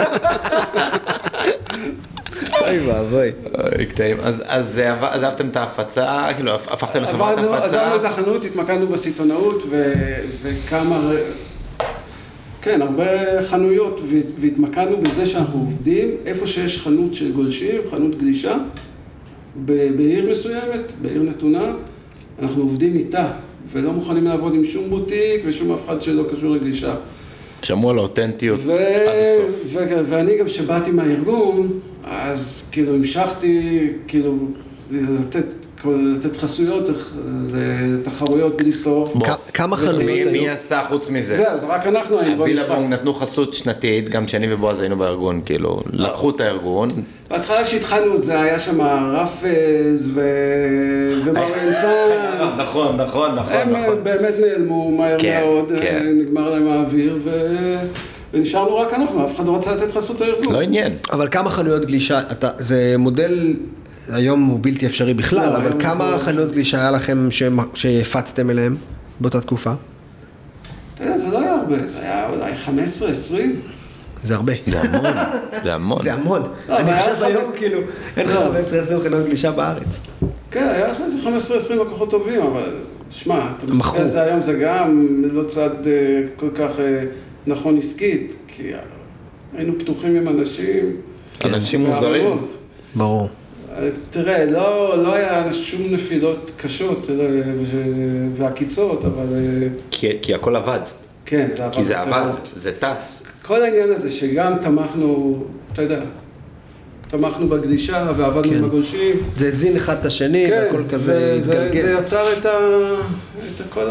אוי ואבוי. קטעים. אז עזבתם את ההפצה, כאילו, הפכתם לחברת הפצה. עזבנו את החנות, התמקדנו בסיטונאות וכמה... כן, הרבה חנויות, והתמקדנו בזה שאנחנו עובדים איפה שיש חנות של גולשים, חנות גלישה, בעיר מסוימת, בעיר נתונה, אנחנו עובדים איתה, ולא מוכנים לעבוד עם שום בוטיק ושום אף אחד שלא קשור לגלישה. שמעו על האותנטיות עד הסוף. ואני גם שבאתי מהארגון, אז כאילו המשכתי, כאילו, לתת חסויות לתחרויות בלי סוף. כמה חנויות היו? מי עשה חוץ מזה? זה רק אנחנו היינו במשחק. בילבונג נתנו חסות שנתית, גם שאני ובועז היינו בארגון, כאילו, לקחו את הארגון. בהתחלה שהתחלנו את זה, היה שם רפז ומרן סאנס. נכון. הם באמת נעלמו מהר מאוד, נגמר להם האוויר, ונשארנו רק אנחנו, אף אחד לא רצה לתת חסות הארגון. לא עניין. אבל כמה חנויות גלישה, זה מודל היום הוא בלתי אפשרי בכלל, לא, אבל היום כמה הוא- חנויות גלישה היה לכם שהפצתם אליהם באותה תקופה? אתה יודע, זה לא היה הרבה, זה היה אולי 15, 20. זה הרבה. זה המון, זה המון. זה המון. לא, אני אבל חושב היה היום כאילו, אין לך לא. 15-20 חנויות גלישה בארץ. כן, היה לך איזה 15-20 לקוחות טובים, אבל שמע, אתה מכרו. מסתכל על זה היום, זה גם לא צד כל כך נכון עסקית, כי היינו פתוחים עם אנשים. אנשים מוזרים. בערבות. ברור. תראה, לא היה שום נפילות קשות ועקיצות, אבל כי הכל עבד. כן, זה עבד. כי זה עבד, בטעות. זה טס. כל העניין הזה שגם תמכנו, אתה יודע, תמכנו בגלישה ועבדנו כן. עם הגולשים. זה הזין אחד את השני, כן, והכל כזה זה התגלגל. יצר את כל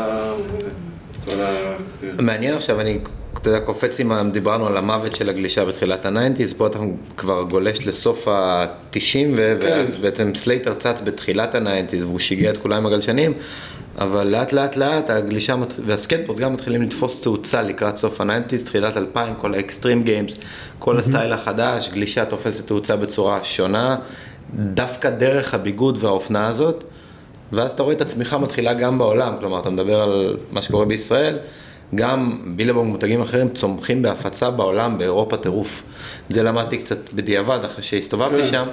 ה... מעניין עכשיו, אני, אתה יודע, קופץ עם, דיברנו על המוות של הגלישה בתחילת ה-90's, פה אתה כבר גולש לסוף ה-90, ואז בעצם סלייטר צץ בתחילת ה-90's, והוא שיגע את כולם עם הגלשנים, אבל לאט הגלישה והסקייטבורד גם מתחילים לתפוס תאוצה לקראת סוף ה-90's, תחילת 2000, כל האקסטרים גיימס, כל הסטייל החדש, גלישה תופסת תאוצה בצורה שונה, דווקא דרך הביגוד והאופנה הזאת, ואז אתה רואה את הצמיחה מתחילה גם בעולם, כלומר, אתה מדבר על מה שקורה בישראל, גם בילבונג מותגים אחרים צומחים בהפצה בעולם, באירופה טירוף. זה למדתי קצת בדיעבד אחרי שהסתובבתי שם,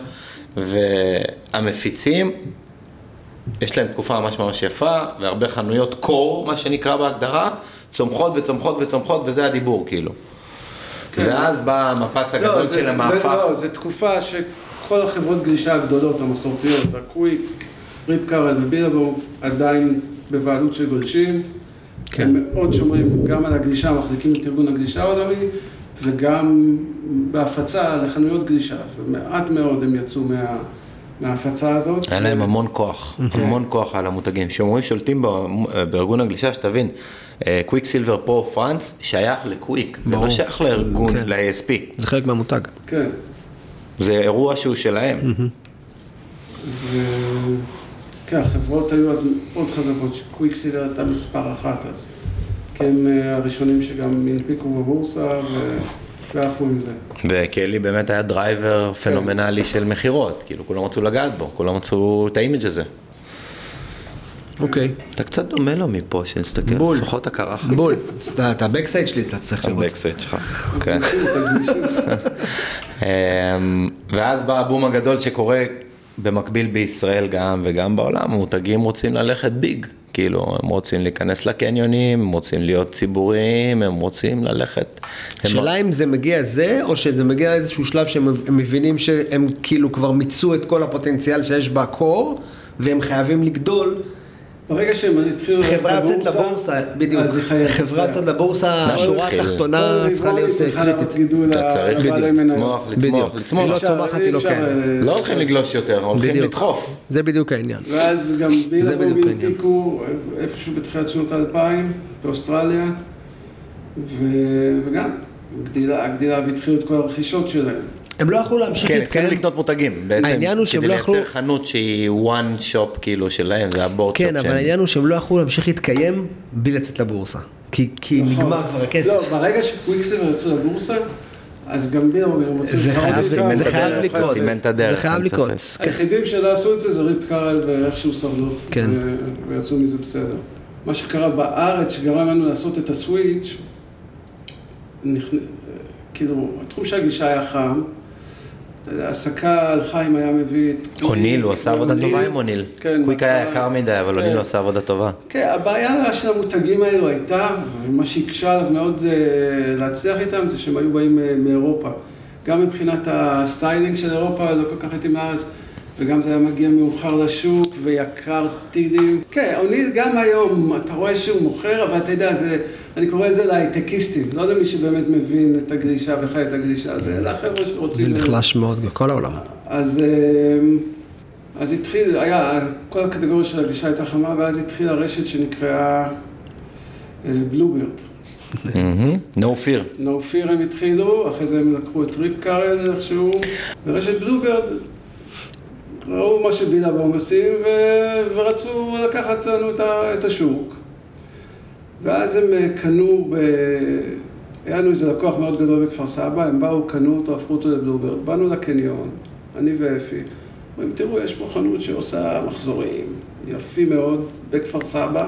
והמפיצים, יש להם תקופה ממש יפה, והרבה חנויות קור, מה שנקרא בהגדרה, צומחות וצומחות וצומחות, וזה הדיבור כאילו. ואז בא המפץ הגדול של המהפך. לא, זו תקופה שכל החברות גלישה הגדולות, המסורתיות, הקוויק, ריפ קארל ובילבונג, עדיין בבעלות של גולשים. כן. הם מאוד שומרים גם על הגלישה, מחזיקים את ארגון הגלישה העולמי, וגם בהפצה לחנויות גלישה. ומעט מאוד הם יצאו מההפצה הזאת. היה להם המון כוח, המון כוח על המותגים. שאומרים שולטים בארגון הגלישה, שתבין, קוויק סילבר פרו פרנס שייך לקוויק, זה לא שייך לארגון, כן. ל-ASP. זה חלק מהמותג. כן. זה אירוע שהוא שלהם. כן, החברות היו אז מאוד חזקות, שקוויק סילבר הייתה מספר אחת אז. כן, הראשונים שגם הנפיקו בבורסה ועפו עם זה. וקלי באמת היה דרייבר פנומנלי של מחירות, כאילו כולם רצו לגעת בו, כולם רצו את האימג' הזה. אוקיי. אתה קצת דומה לו מפה, שנסתכל, בול. לפחות הקרחת. בול. את הבקסייד שלי אתה צריך לראות. הבקסייד שלך, כן. ואז בא הבום הגדול שקורה במקביל בישראל גם וגם בעולם, המותגים רוצים ללכת ביג, כאילו הם רוצים להיכנס לקניונים, הם רוצים להיות ציבוריים, הם רוצים ללכת. השאלה אם זה מגיע זה, או שזה מגיע איזשהו שלב שהם מבינים שהם כאילו כבר מיצו את כל הפוטנציאל שיש בקור, והם חייבים לגדול. ברגע שהם התחילו חברה יוצאת לבורסה, בדיוק, חברה יוצאת לבורסה, השורה התחתונה צריכה להיות קריטית. אתה צריך לצמוח. היא לא צומחת, היא לא קיימת. לא הולכים לגלוש יותר, הולכים לדחוף. זה בדיוק העניין. ואז גם בילבונג הנפיקו איפשהו בתחילת שנות 2000 באוסטרליה, וגם גדילה והתחילו את כל הרכישות שלהם. הם לא יכלו להמשיך כן, להתקיים. התחילו לקנות מותגים, בעצם, העניין הוא שהם כדי לא יכלו- לייצר חנות שהיא one shop כאילו שלהם, זה הבורד שופ כן, אבל העניין הוא שהם לא יכלו להמשיך להתקיים בלי לצאת לבורסה. כי נגמר כבר הכסף. לא, ברגע שקוויקסילבר יצאו לבורסה, אז גם בילבונג הם רוצים... זה חייב- להתחרות זה איתם. חייב לקרות. סימן את הדרך, זה חייב אין לקרות. ספק. כן. היחידים שלא עשו את זה זה ריפ קארל ואיכשהו סבלו, כן. ויצאו מזה בסדר. מה שקרה בארץ שגרם לנו לעשות את הסוויץ', כאילו, התחום של הגלישה היה חם, אתה יודע, הסקה על חיים היה מביא את קוויק. אוניל, הוא עשה עבודה טובה עם אוניל. כן, קוויק היה בהתחלה- יקר מדי, אבל אוניל כן. לא עשה עבודה טובה. כן, הבעיה של המותגים האלו הייתה, ומה שהקשה עליו מאוד להצליח איתם, זה שהם היו באים מאירופה. גם מבחינת הסטיילינג של אירופה, לא כל כך הייתי מארץ, וגם זה היה מגיע מאוחר לשוק, ויקר טילים. כן, אוניל גם היום, אתה רואה שהוא מוכר, אבל אתה יודע, אני קורא לזה להייטקיסטים, לא למי שבאמת מבין את הגלישה וחי את הגלישה, זה לחבר'ה שרוצים... זה נחלש מאוד בכל העולם. אז התחיל, כל הקטגוריה של הגלישה הייתה חמה, ואז התחילה רשת שנקראה בלוברד. No fear. No fear הם התחילו, אחרי זה הם לקחו את ריפ קארל איכשהו, ורשת בלוברד ראו מה שבילבונג עושים ורצו לקחת לנו את השוק. ואז הם קנו, היה לנו איזה לקוח מאוד גדול בכפר סבא, הם באו, קנו אותו, הפכו אותו לבלוברד, באנו לקניון, אני ואפי, אומרים, תראו, יש פה חנות שעושה מחזורים יפים מאוד בכפר סבא,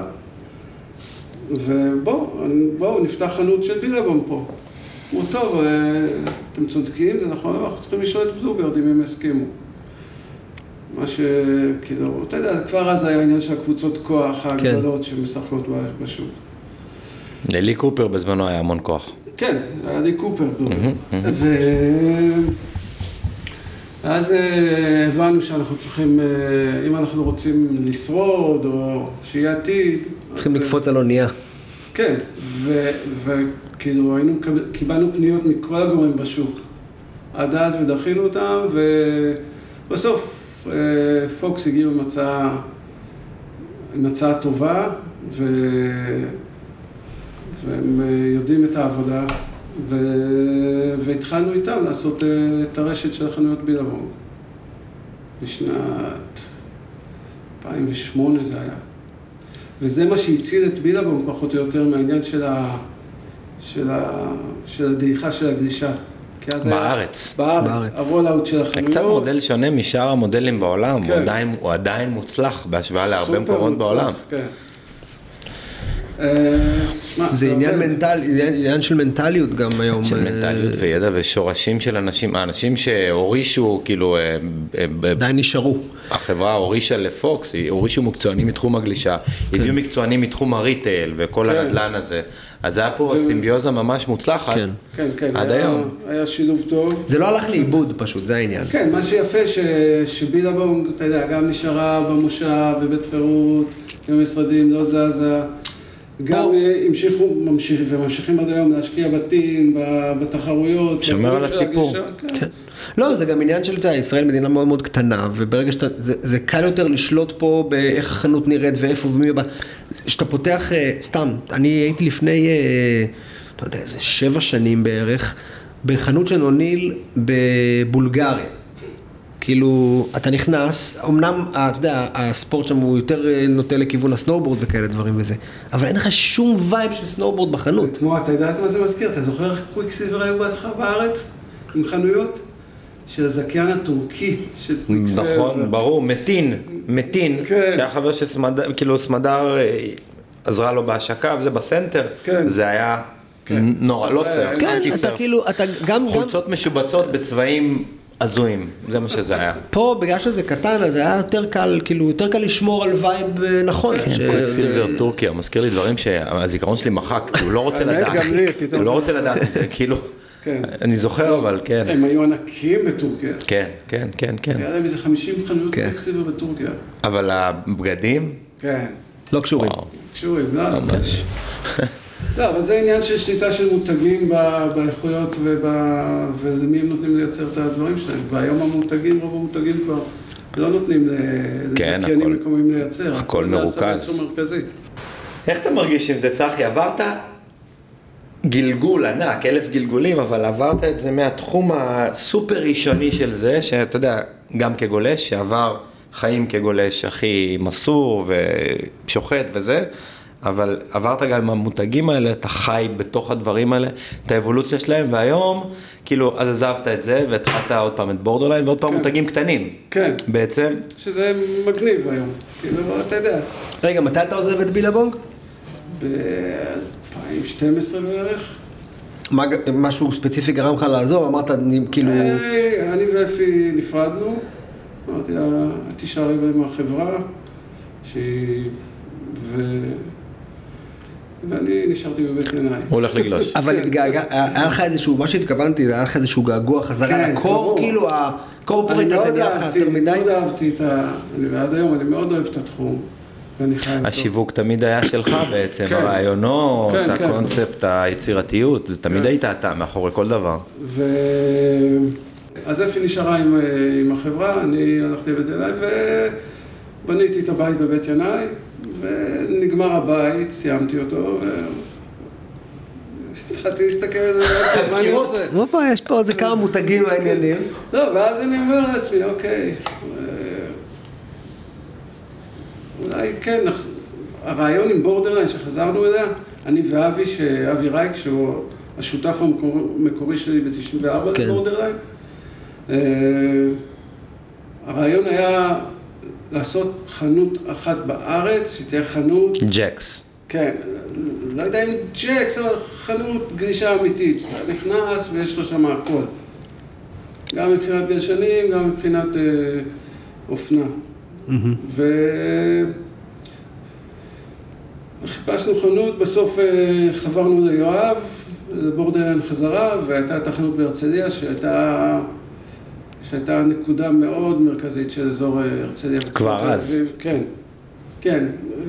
ובואו נפתח חנות של בילבונג פה. אמרו, טוב, אתם צודקים, זה נכון, אבל אנחנו צריכים לשאול את בלוברד אם הם הסכימו. מה שכאילו, אתה יודע, כבר אז היה עניין של הקבוצות כוח הגדולות שמשחקות בשוק. לי קופר בזמנו היה המון כוח. כן, היה לי קופר. ואז הבנו שאנחנו צריכים, אם אנחנו רוצים לשרוד או שיהיה עתיד... צריכים לקפוץ על אונייה. כן, וכאילו קיבלנו פניות מכל הגורמים בשוק. עד אז ודחינו אותם, ובסוף פוקס הגיעו עם הצעה טובה, והם יודעים את העבודה, והתחלנו איתם לעשות את הרשת של החנויות בילבונג. בשנת 2008 זה היה. וזה מה שהציל את בילבונג פחות או יותר מהעניין של הדעיכה של הגלישה. בארץ. בארץ, הרולאוט של החנויות. זה קצת מודל שונה משאר המודלים בעולם, הוא עדיין מוצלח בהשוואה להרבה מקומות בעולם. זה עניין של מנטליות גם היום. של מנטליות וידע ושורשים של אנשים, האנשים שהורישו, כאילו... עדיין נשארו. החברה הורישה לפוקס, הורישו מקצוענים מתחום הגלישה, הביאו מקצוענים מתחום הריטייל וכל הנדלן הזה. אז היה פה סימביוזה ממש מוצלחת עד היום. היה שילוב טוב. זה לא הלך לאיבוד פשוט, זה העניין. כן, מה שיפה שבילבונג, אתה יודע, גם נשארה במושב ובית חירות, עם המשרדים, לא זזה. גם וממשיכים עד היום להשקיע בתים, בתחרויות. שומר על הסיפור. כן. לא, זה גם עניין של ישראל מדינה מאוד מאוד קטנה, וברגע זה קל יותר לשלוט פה באיך החנות נראית ואיפה ומי הבא. שאתה פותח, סתם, אני הייתי לפני, לא יודע, איזה 7 שנים בערך, בחנות של אוניל בבולגריה. כאילו, אתה נכנס, אמנם, אתה יודע, הספורט שם הוא יותר נוטה לכיוון הסנובורד וכאלה דברים וזה, אבל אין לך שום וייב של סנובורד בחנות. כמו, אתה יודעת מה זה מזכיר? אתה זוכר איך קוויקסילבר היו בהתחלה בארץ? עם חנויות? של הזכיין הטורקי של קוויקסילבר. נכון, ברור, מתין, שהיה חבר שסמדר, כאילו סמדר עזרה לו בהשקה, וזה בסנטר, זה היה נורא לא סרף. כן, אתה כאילו, אתה גם... חולצות משובצות בצבעים... עזויים, זה מה שזה היה. פה, בגלל שזה קטן, אז היה יותר קל, כאילו, יותר קל לשמור על וייב נכון. כן, קוויקסילבר, טורקיה, מזכיר לי דברים שהזיכרון שלי מחק, הוא לא רוצה לדעת. הוא לא רוצה לדעת את זה, כאילו, אני זוכר, אבל כן. הם היו ענקים בטורקיה. כן, כן, כן, כן. היה להם איזה 50 חנויות קוויקסילבר בטורקיה. אבל הבגדים? כן. לא קשורים. קשורים, לא. ממש. לא, אבל זה עניין של שליטה של מותגים באיכויות ולמי הם נותנים לייצר את הדברים שלהם. והיום המותגים, רוב המותגים כבר לא נותנים לזכיינים מקומיים לייצר. הכל מרוכז. איך אתה מרגיש עם זה, צחי? עברת גלגול ענק, 1000 גלגולים, אבל עברת את זה מהתחום הסופר ראשוני של זה, שאתה יודע, גם כגולש, שעבר חיים כגולש הכי מסור ושוחט וזה, אבל עברת גם עם המותגים האלה, אתה חי בתוך הדברים האלה, את האבולוציה שלהם, והיום, כאילו, אז עזבת את זה, והתחלת עוד פעם את בורדרליין, ועוד פעם מותגים קטנים. כן. בעצם. שזה מגניב היום, כאילו, אתה יודע. רגע, מתי אתה עוזב את בילבונג? ב-2012 בערך. משהו ספציפי גרם לך לעזור? אמרת, כאילו... אני ואפי נפרדנו, אמרתי, תשארי מהחברה, ואני נשארתי בבית ינאי. הוא הולך לגלוש. אבל היה לך איזשהו, מה שהתכוונתי, היה לך איזשהו געגוע חזרה לקור, כאילו הקורפורט הזה נראה לך יותר מדי. אני מאוד אהבתי את ועד היום אני מאוד אוהב את התחום. השיווק תמיד היה שלך בעצם, הרעיונות, הקונספט, היצירתיות, זה תמיד היית אתה מאחורי כל דבר. אז אפי נשארה עם החברה, אני הלכתי לבית ינאי ובניתי את הבית בבית ינאי, ונגמר הבית, סיימתי אותו, והתחלתי להסתכל על זה, מה אני עושה? יש פה עוד כמה מותגים העניינים. לא, ואז אני אומר לעצמי, אוקיי, אולי כן, הרעיון עם בורדרליין שחזרנו אליה, אני אבי רייק, שהוא השותף המקורי שלי ב-94 לבורדרליין, הרעיון היה לעשות חנות אחת בארץ, שתהיה חנות... ג'קס. כן, לא יודע אם ג'קס, אבל חנות גלישה אמיתית, שאתה נכנס ויש לך שם הכל. גם מבחינת גלשנים, גם מבחינת אופנה. וחיפשנו חנות, בסוף חברנו ליואב, לבורדרליין חזרה, והייתה את החנות בהרצליה, שהייתה נקודה מאוד מרכזית של אזור הרצליה. כבר אז. כן, כן.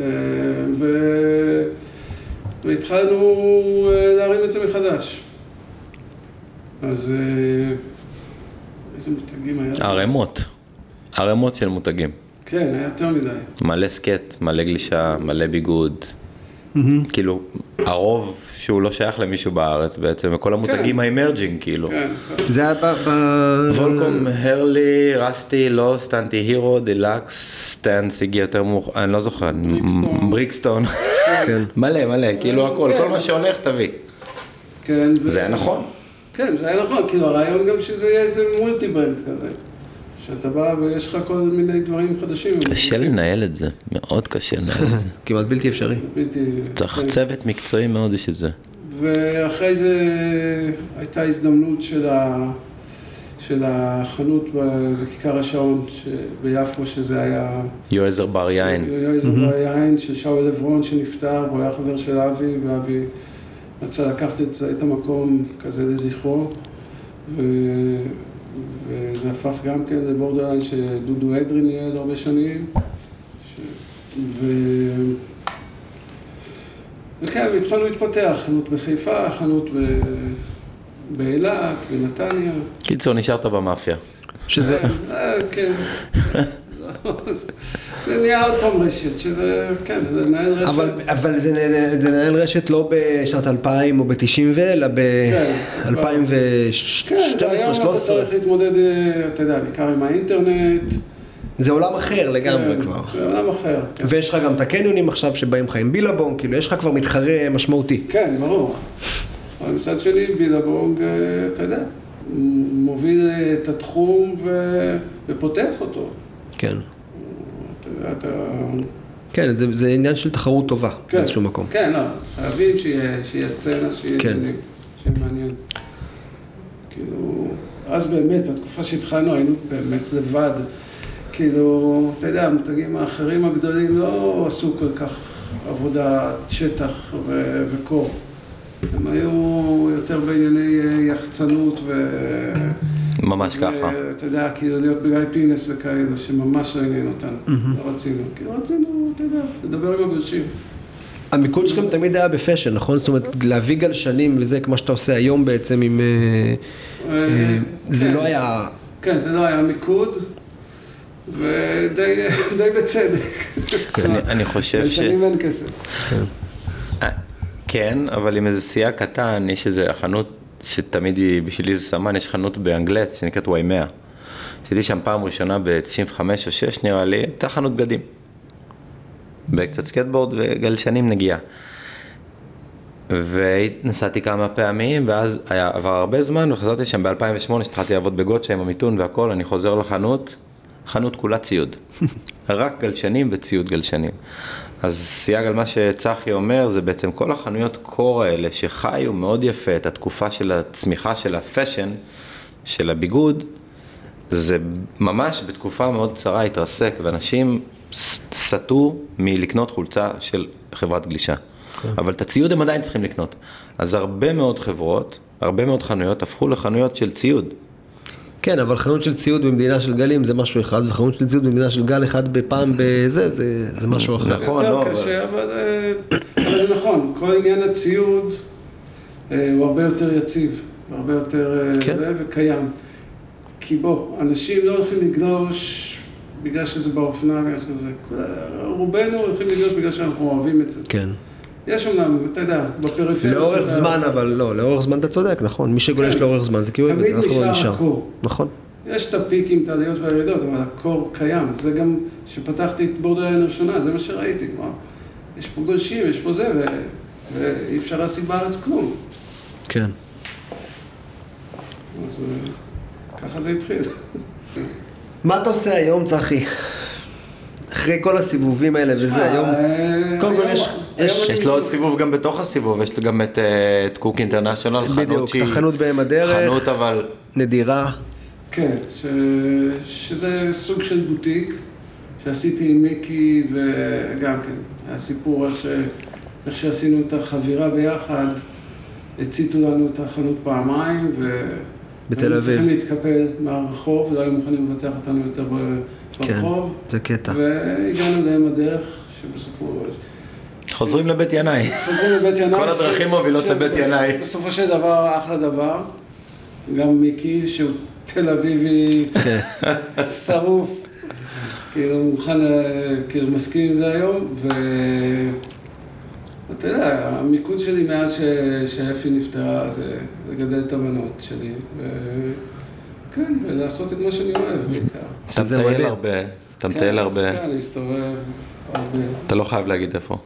והתחלנו להרים את זה מחדש. אז איזה מותגים היה? ערימות של מותגים. כן, היה יותר מדי. מלא סקט, מלא גלישה, מלא ביגוד. כאילו, הרוב שהוא לא שייך למישהו בארץ בעצם, וכל המותגים האמרג'ינג, כאילו. כן. זה היה וולקום, הרלי, רסטי, לוסט, אנטי הירו, דילקס, סטנס, הגיע יותר מאוחר, אני לא זוכר, בריקסטון. מלא, כאילו הכל, כל מה שהולך תביא. כן. זה היה נכון. כן, זה היה נכון, כאילו הרעיון גם שזה יהיה איזה מולטי ברנד כזה. שאתה בא ויש לך כל מיני דברים חדשים. קשה לנהל את זה, מאוד קשה לנהל את זה. כמעט בלתי אפשרי. צריך צוות מקצועי מאוד בשביל זה. ואחרי זה הייתה הזדמנות של החנות בכיכר השעון ביפו, שזה היה... יועזר בר יין. יועזר בר יין של שאול עברון שנפטר, והוא היה חבר של אבי, ואבי רצה לקחת את המקום כזה לזכרו. וזה הפך גם כן לבורדרליין שדודו אדרי ניהל הרבה שנים. וכן, והתחלנו להתפתח, חנות בחיפה, חנות באילת, בנתניה. קיצור, נשארת במאפיה. שזה... כן. זה נהיה עוד פעם רשת, שזה, כן, זה נהל רשת. אבל זה נהל רשת לא בשנת 2000 או ב-90 אלא ב-2012-2013. כן, היום אתה צריך להתמודד, אתה יודע, בעיקר עם האינטרנט. זה עולם אחר לגמרי כבר. זה עולם אחר. ויש לך גם את הקניונים עכשיו שבאים לך עם בילבונג, כאילו יש לך כבר מתחרה משמעותי. כן, ברור. אבל מצד שני, בילבונג, אתה יודע, מוביל את התחום ופותח אותו. כן. כן, זה עניין של תחרות טובה באיזשהו מקום. כן, לא, חייבים שיהיה סצנה, שיהיה מעניין. כאילו, אז באמת, בתקופה שהתחלנו, היינו באמת לבד. כאילו, אתה יודע, המותגים האחרים הגדולים לא עשו כל כך עבודת שטח וקור. הם היו יותר בענייני יחצנות ממש ככה. אתה יודע, כאילו להיות בגיא פינס וכאלה, שממש לא עניין אותנו. לא רצינו. כאילו רצינו, אתה יודע, לדבר עם הגולשים. המיקוד שלכם תמיד היה בפשן, נכון? זאת אומרת, להביא גלשנים וזה כמו שאתה עושה היום בעצם עם... זה לא היה... כן, זה לא היה מיקוד, ודי בצדק. אני חושב גלשנים אין כסף. כן, אבל עם איזה סייג קטן, יש איזה חנות שתמיד היא, בשבילי זה סמן, יש חנות באנגלית שנקראת Y100. שהייתי שם פעם ראשונה ב-95 או 6 נראה לי, הייתה חנות בגדים. בקצת סקטבורד וגלשנים נגיעה. ונסעתי כמה פעמים, ואז עבר הרבה זמן, וחזרתי שם ב-2008, שהתחלתי לעבוד בגוצ'ה עם המיתון והכל, אני חוזר לחנות, חנות כולה ציוד. רק גלשנים וציוד גלשנים. אז סייג על מה שצחי אומר, זה בעצם כל החנויות קור האלה שחיו מאוד יפה את התקופה של הצמיחה של הפשן, של הביגוד, זה ממש בתקופה מאוד קצרה התרסק, ואנשים סטו מלקנות חולצה של חברת גלישה. אבל את הציוד הם עדיין צריכים לקנות. אז הרבה מאוד חברות, הרבה מאוד חנויות הפכו לחנויות של ציוד. כן, אבל חנות של ציוד במדינה של גלים זה משהו אחד, וחנות של ציוד במדינה של גל אחד בפעם בזה, זה משהו אחר. נכון, לא. יותר קשה, אבל זה נכון. כל עניין הציוד הוא הרבה יותר יציב, הרבה יותר וקיים. כי בוא, אנשים לא הולכים לגלוש בגלל שזה באופנה, בגלל שזה... רובנו הולכים לגלוש בגלל שאנחנו אוהבים את זה. כן. יש אומנם, אתה יודע, בפריפריה... לאורך זמן, אבל לא, לאורך זמן אתה צודק, נכון. מי שגולש לאורך זמן, זה כאילו... תמיד נשאר הקור. נכון. יש את הפיקים, את העליות והירידות, אבל הקור קיים. זה גם שפתחתי את בורדרליין הראשונה, זה מה שראיתי. יש פה גולשים, יש פה זה, ואי אפשר להשיג בארץ כלום. כן. אז ככה זה התחיל. מה אתה עושה היום, צחי? אחרי כל הסיבובים האלה וזה, היום... קודם כל יש לו עוד סיבוב גם בתוך הסיבוב, יש לו גם את קוק אינטרנשיונל, חנות שהיא... בדיוק, החנות בהם הדרך. חנות אבל... נדירה. כן, שזה סוג של בוטיק שעשיתי עם מיקי, וגם כן, היה סיפור איך שעשינו את החבירה ביחד, הציתו לנו את החנות פעמיים, בתל אביב. צריכים להתקפל מהרחוב, ולא היו מוכנים לבטח אותנו יותר ברחוב. כן, זה קטע. והגענו להם הדרך שבסופו... חוזרים לבית ינאי. חוזרים לבית ינאי. כל הדרכים מובילות לבית ינאי. בסופו של דבר, אחלה דבר. גם מיקי, שהוא תל אביבי, שרוף, כאילו מוכן, כאילו מסכים עם זה היום, ואתה יודע, המיקוד שלי מאז שאפי נפטרה זה לגדל את הבנות שלי, וכן, ולעשות את מה שאני אוהב בעיקר. זה מדהים. אתה מטייל הרבה. כן, אני מסתובב הרבה. אתה לא חייב להגיד איפה.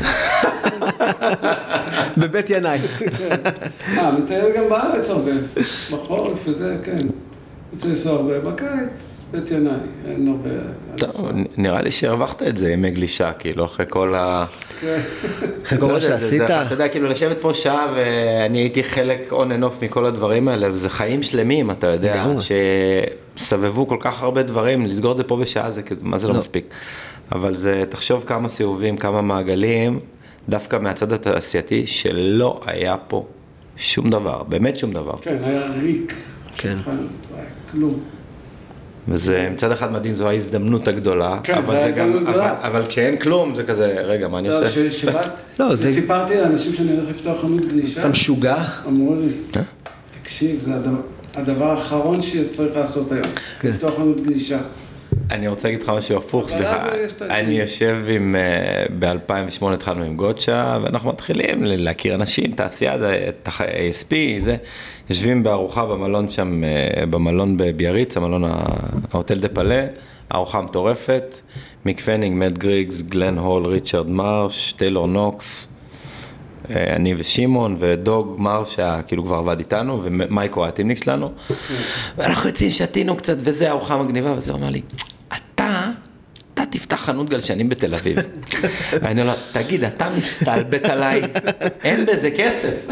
בבית ינאי. מטייל גם בארץ הרבה, בחורף וזה, כן. רוצה לנסוע הרבה בקיץ, בית ינאי, אין הרבה... טוב, נראה לי שהרווחת את זה עם גלישה, כאילו, אחרי כל ה... אחרי כל מה שעשית? אתה יודע, כאילו, לשבת פה שעה ואני הייתי חלק on and off מכל הדברים האלה, וזה חיים שלמים, אתה יודע, שסבבו כל כך הרבה דברים, לסגור את זה פה בשעה, זה מה זה לא מספיק. אבל זה, תחשוב כמה סיבובים, כמה מעגלים, דווקא מהצד התעשייתי, שלא היה פה שום דבר, באמת שום דבר. כן, היה ריק. כן. כלום. וזה מצד אחד מדהים, זו ההזדמנות הגדולה, אבל כשאין כלום זה כזה, רגע, מה אני עושה? סיפרתי לאנשים שאני הולך לפתוח חנות גלישה. אתה משוגע? אמרו לי, תקשיב, זה הדבר האחרון שצריך לעשות היום, לפתוח חנות גלישה. אני רוצה להגיד לך משהו הפוך, סליחה, אני יושב עם, ב-2008 התחלנו עם גוצ'ה, ואנחנו מתחילים להכיר אנשים, תעשייה, את ה-ASP, זה, יושבים בארוחה במלון שם, במלון בביאריץ, המלון ההוטל דה פלה, ארוחה מטורפת, מיק פנינג, מאט גריגס, גלן הול, ריצ'רד מרש, טיילור נוקס, אני ושימון ודוג מרשה, כאילו כבר עבד איתנו, ומייקו הטימניק שלנו, ואנחנו יוצאים, שתינו קצת, וזה ארוחה מגניבה, וזה אומר לי, אתה תפתח חנות גלשנים בתל אביב. ואני אומר, תגיד, אתה מסתלבט עליי, אין בזה כסף.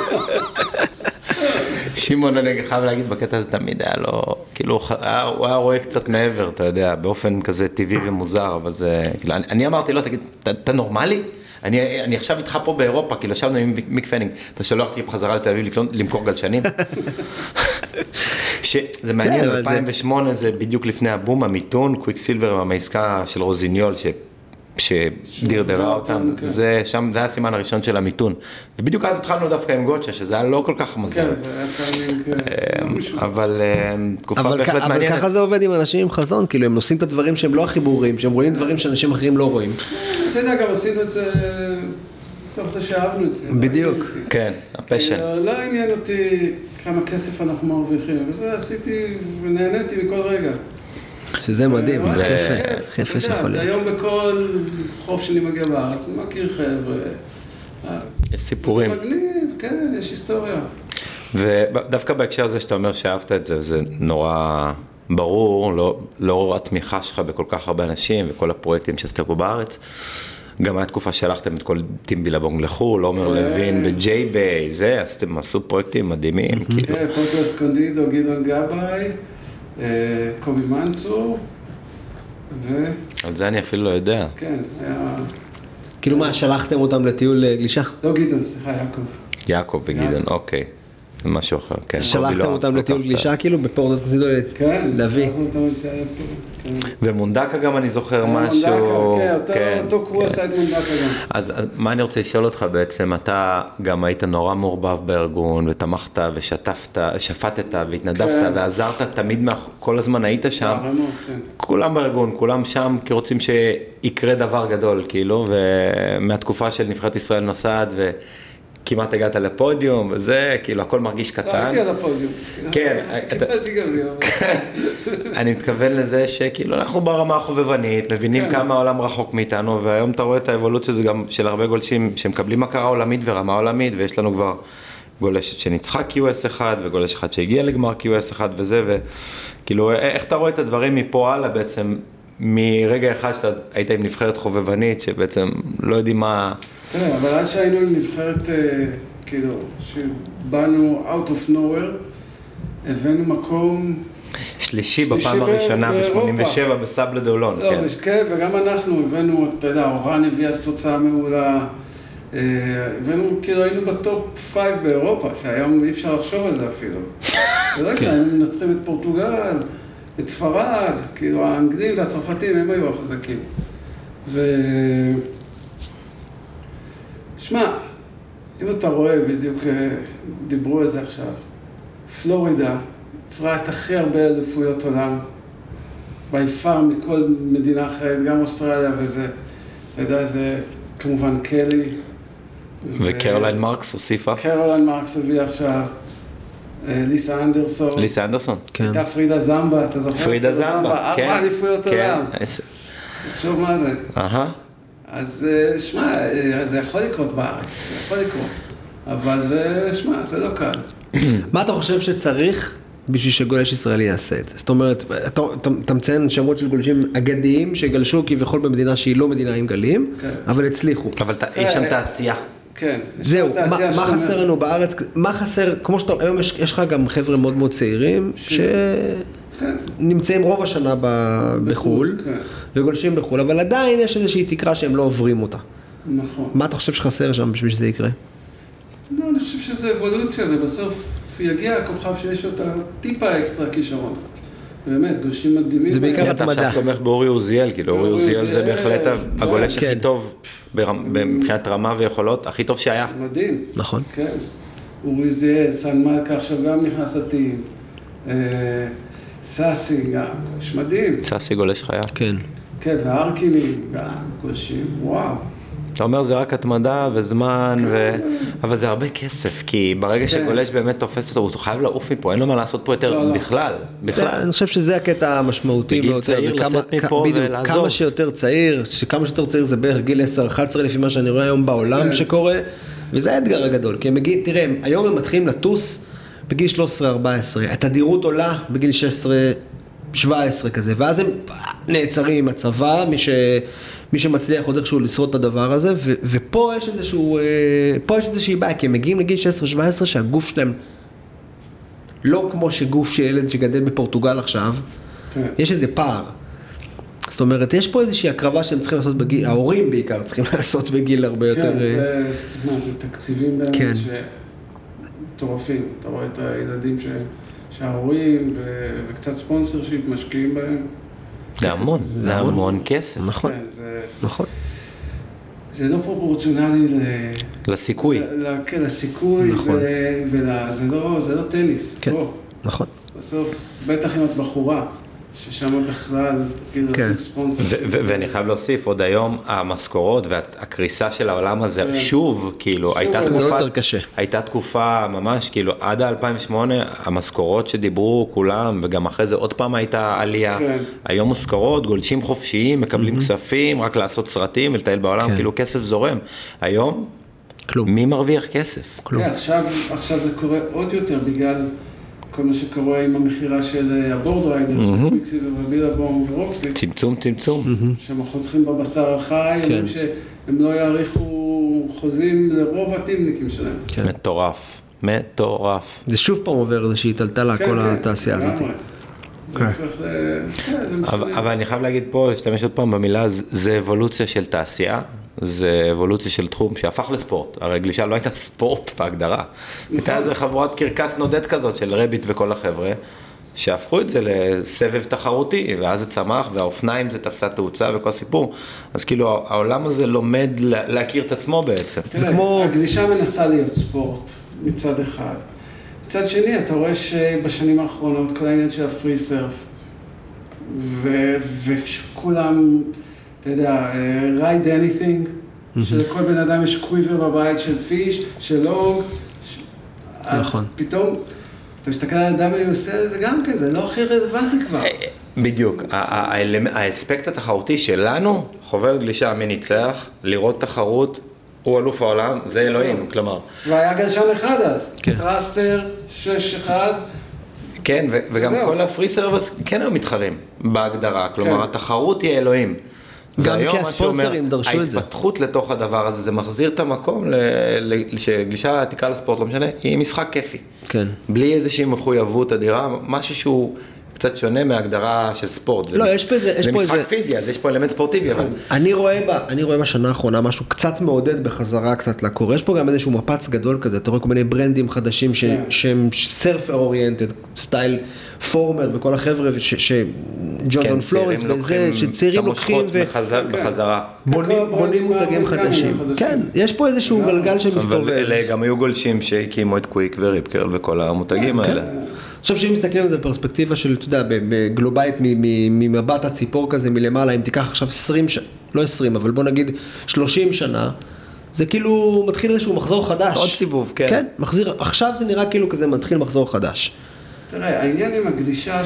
שימון, אני חייב להגיד, בקטע הזה תמיד היה לו, כאילו, הוא היה רואה קצת מעבר, אתה יודע, באופן כזה טבעי ומוזר, אבל זה, כאילו, אני אמרתי לו, תגיד, אתה נורמלי? אני עכשיו איתך פה באירופה, כאילו, ישבנו עם מיק פנינג, אתה שולח אותי בחזרה לתל אביב למכור גלשנים? שזה מעניין, 2008 זה בדיוק לפני הבום, המיתון, קוויק סילבר עם העסקה של רוזיניול, שדרדרה אותם, זה היה הסימן הראשון של המיתון. ובדיוק אז התחלנו דווקא עם גוצ'ה, שזה היה לא כל כך מזל. כן, זה היה פעמים, אבל תקופה בהחלט מעניינת. אבל ככה זה עובד עם אנשים עם חזון, כאילו הם עושים את הדברים שהם לא הכי ברורים, שהם רואים דברים שאנשים אחרים לא רואים. אתה יודע, גם עשינו את זה, טוב, זה שאהבנו את זה. בדיוק. כן, הפשן. לא עניין אותי כמה כסף אנחנו מרוויחים, וזה עשיתי ונהניתי מכל רגע. שזה מדהים, זה חפה שיכול להיות. היום בכל חוף שאני מגיע בארץ, אני מכיר חבר'ה. יש סיפורים. זה מגניב, כן, יש היסטוריה. ודווקא בהקשר הזה שאתה אומר שאהבת את זה, זה נורא ברור, לא התמיכה שלך בכל כך הרבה אנשים וכל הפרויקטים שעשתה פה בארץ. גם היה תקופה שהלכתם את כל טים בילבונג לחול, עומר לוין בג'יי ביי, זה, עשו פרויקטים מדהימים. כן, פוטו אסקונדידו, גדעון גבאי. קובי מנצור, על זה אני אפילו לא יודע. כן, היה... כאילו מה, שלחתם אותם לטיול גלישה? לא גדעון, סליחה, יעקב. יעקב וגדעון, אוקיי. זה משהו אחר, כן. שלחתם אותם לטיול גלישה, כאילו, בפורט אסקונדידו להביא? כן, שלחנו אותם לנסיעה לפה. ומונדקה גם אני זוכר משהו. כן, אותו קרוס היה מונדקה גם. אז מה אני רוצה לשאול אותך בעצם, אתה גם היית נורא מעורבב בארגון, ותמכת ושטפת, שפטת והתנדבת ועזרת, תמיד כל הזמן היית שם. כולם בארגון, כולם שם, כי רוצים שיקרה דבר גדול, כאילו, ומהתקופה של נבחרת ישראל נוסעת, כמעט הגעת לפודיום, וזה, כאילו, הכל מרגיש קטן. לא, הייתי על הפודיום. כן. קיבלתי גם יום. אני מתכוון לזה שכאילו, אנחנו ברמה החובבנית, מבינים כמה העולם רחוק מאיתנו, והיום אתה רואה את האבולוציה, זה גם של הרבה גולשים שמקבלים הכרה עולמית ורמה עולמית, ויש לנו כבר גולשת שניצחה QS1 וגולש אחד שהגיע לגמר QS1 וזה, וכאילו איך אתה רואה את הדברים מפה הלאה בעצם, מרגע אחד שאתה היית עם נבחרת חובבנית שבעצם לא יודעים מה... תראה, אבל אז שהיינו עם נבחרת, כאילו, שבאנו out of nowhere, הבאנו מקום... שלישי בפעם הראשונה ב-87 בסבלה דאולון, לא, כן. כן, וגם אנחנו הבאנו, אתה יודע, אורן הביא אז תוצאה מעולה, הבאנו, כאילו היינו בטופ 5 באירופה, שהיום אי אפשר לחשוב על זה אפילו. אתה יודע, היינו מנצחים את פורטוגל, את ספרד, כאילו האנגלים והצרפתים הם היו החזקים. שמע, אם אתה רואה, בדיוק דיברו על זה עכשיו, פלורידה יצרה את הכי הרבה אליפויות עולם, ביפר מכל מדינה אחרת, גם אוסטרליה וזה, אתה יודע, זה כמובן קלי. וקרוליין מרקס הוסיפה. קרוליין מרקס הביא עכשיו, ליסה אנדרסון. ליסה אנדרסון? כן. הייתה פרידה זמבה, אתה זוכר? פרידה זמבה, כן. 4 אליפויות עולם. כן. תחשוב מה זה. אהה. אז שמע, זה יכול לקרות בארץ, זה יכול לקרות. אבל זה, שמע, זה לא קל. מה אתה חושב שצריך בשביל שגולש ישראלי יעשה את זה? זאת אומרת, אתה מציין שמות של גולשים אגדיים שגלשו כביכול במדינה שהיא לא מדינה עם גלים, אבל הצליחו. אבל יש שם תעשייה. כן. זהו, מה חסר לנו בארץ? מה חסר, כמו שאתה, היום יש לך גם חבר'ה מאוד מאוד צעירים שנמצאים רוב השנה בחול וגולשים בחול, אבל עדיין יש איזושהי תקרה שהם לא עוברים אותה. נכון. מה אתה חושב שחסר שם בשביל שזה יקרה? לא, אני חושב שזה אבולוציה, ובסוף יגיע הכוכב שיש אותה טיפה אקסטרה כישרון. באמת, גולשים מדהימים. זה בעיקר אתה התמדה. עכשיו תומך באורי עוזיאל, כאילו אורי עוזיאל זה בהחלט הגולש הכי טוב מבחינת רמה ויכולות, הכי טוב שהיה. מדהים. נכון. כן. אורי עוזיאל, סן מלכה עכשיו גם נכנס לתים. סאסי גם, גולש מדהים. סאסי גולש חיה. כן. כן, והארקינים גם גולשים, וואו. אתה אומר זה רק התמדה וזמן, אבל זה הרבה כסף, כי ברגע שגולש באמת תופס אותו, הוא חייב לעוף מפה, אין לו מה לעשות פה יותר בכלל. אני חושב שזה הקטע המשמעותי. בגיל צעיר לצאת מפה ולעזוב. כמה שיותר צעיר, שכמה שיותר צעיר זה בערך גיל 10-11 לפי מה שאני רואה היום בעולם שקורה, וזה האתגר הגדול, כי הם מגיעים, תראה, היום הם מתחילים לטוס בגיל 13-14, התדירות עולה בגיל 16-17 כזה, ואז הם נעצרים עם הצבא, מי שמצליח עוד איכשהו לשרוד את הדבר הזה, ופה יש איזושהי בעיה, כי הם מגיעים לגיל 16-17 שהגוף שלהם לא כמו שגוף של ילד שגדל בפורטוגל עכשיו, יש איזה פער. זאת אומרת, יש פה איזושהי הקרבה שהם צריכים לעשות בגיל, ההורים בעיקר צריכים לעשות בגיל הרבה יותר... כן, זה תקציבים באמת מטורפים. אתה רואה את הילדים שההורים וקצת ספונסר משקיעים בהם. זה המון, זה המון כסף. נכון, נכון. זה לא פרופורציונלי לסיכוי. לסיכוי, זה לא טניס. כן, נכון. בסוף, בטח אם את בחורה, ששם בכלל, כאילו, ספונסר. ואני חייב להוסיף, עוד היום המשכורות והקריסה של העולם הזה, שוב, כאילו, הייתה תקופה ממש, כאילו, עד 2008, המשכורות שדיברו כולם, וגם אחרי זה עוד פעם הייתה עלייה. היום משכורות, גולשים חופשיים, מקבלים כספים, רק לעשות סרטים ולטייל בעולם, כאילו, כסף זורם. היום, מי מרוויח כסף? כלום. עכשיו זה קורה עוד יותר בגלל... כל מה שקורה עם המחירה של הבורדריידר, של קוויקסיל ובילבום ורוקסי. צמצום. שהם חותכים בבשר החי, אומרים שהם לא יעריכו חוזים לרוב הטימניקים שלהם. מטורף. זה שוב פעם עובר איזושהי טלטלה, כל התעשייה הזאת. אבל אני חייב להגיד פה, להשתמש עוד פעם במילה, זה אבולוציה של תעשייה, זה אבולוציה של תחום שהפך לספורט. הרי גלישה לא הייתה ספורט בהגדרה. הייתה איזו חבורת קרקס נודד כזאת של רביט וכל החבר'ה, שהפכו את זה לסבב תחרותי, ואז זה צמח, והאופניים זה תפסה תאוצה וכל סיפור. אז כאילו העולם הזה לומד להכיר את עצמו בעצם. תראה, הגלישה מנסה להיות ספורט מצד אחד. מצד שני, אתה רואה שבשנים האחרונות כל העניין של הפרי סרף, וכולם, אתה יודע, ride anything, שלכל בן אדם יש קוויבר בבית של פיש, של לוג, אז פתאום, אתה מסתכל על האדם ועושה זה גם כזה, לא הכי רלוונטי כבר. בדיוק, האספקט התחרותי שלנו, חובב גלישה מי ניצח, לראות תחרות, הוא אלוף העולם, זה אלוהים, כלומר. והיה גלשן אחד אז, כן. טרסטר, 6-1. כן, וגם כל הפרי סרוויס כן היו מתחרים בהגדרה, כלומר התחרות היא אלוהים. גם כי הספונסרים דרשו את זה. ההתפתחות לתוך הדבר הזה, זה מחזיר את המקום שגלישה עתיקה לספורט, לא משנה, היא משחק כיפי. כן. בלי איזושהי מחויבות אדירה, משהו שהוא קצת שונה מהגדרה של ספורט. לא, יש פה איזה... זה משחק פיזי, אז יש פה אלמנט ספורטיבי, אבל... אני רואה בשנה האחרונה משהו קצת מעודד בחזרה קצת לקור. יש פה גם איזשהו מפץ גדול כזה, אתה רואה כל מיני ברנדים חדשים שהם סרפר אוריינטד, סטייל פורמר וכל החבר'ה, ג'ורדן פלורנס וזה, שצעירים לוקחים בחזרה. בונים מותגים חדשים. כן, יש פה איזשהו גלגל שמסתובב. אבל אלה גם היו גולשים שהקימו את קוויק וריפ קרל וכל המותגים האלה. אני חושב שאם מסתכלים על זה בפרספקטיבה של, אתה יודע, בגלובלית ממבט הציפור כזה מלמעלה, אם תיקח עכשיו 20 שנה, לא 20, אבל בוא נגיד 30 שנה, זה כאילו מתחיל איזשהו מחזור חדש. עוד סיבוב, כן. כן, מחזיר, עכשיו זה נראה כאילו כזה מתחיל מחזור חדש. תראה, העניין עם הגלישה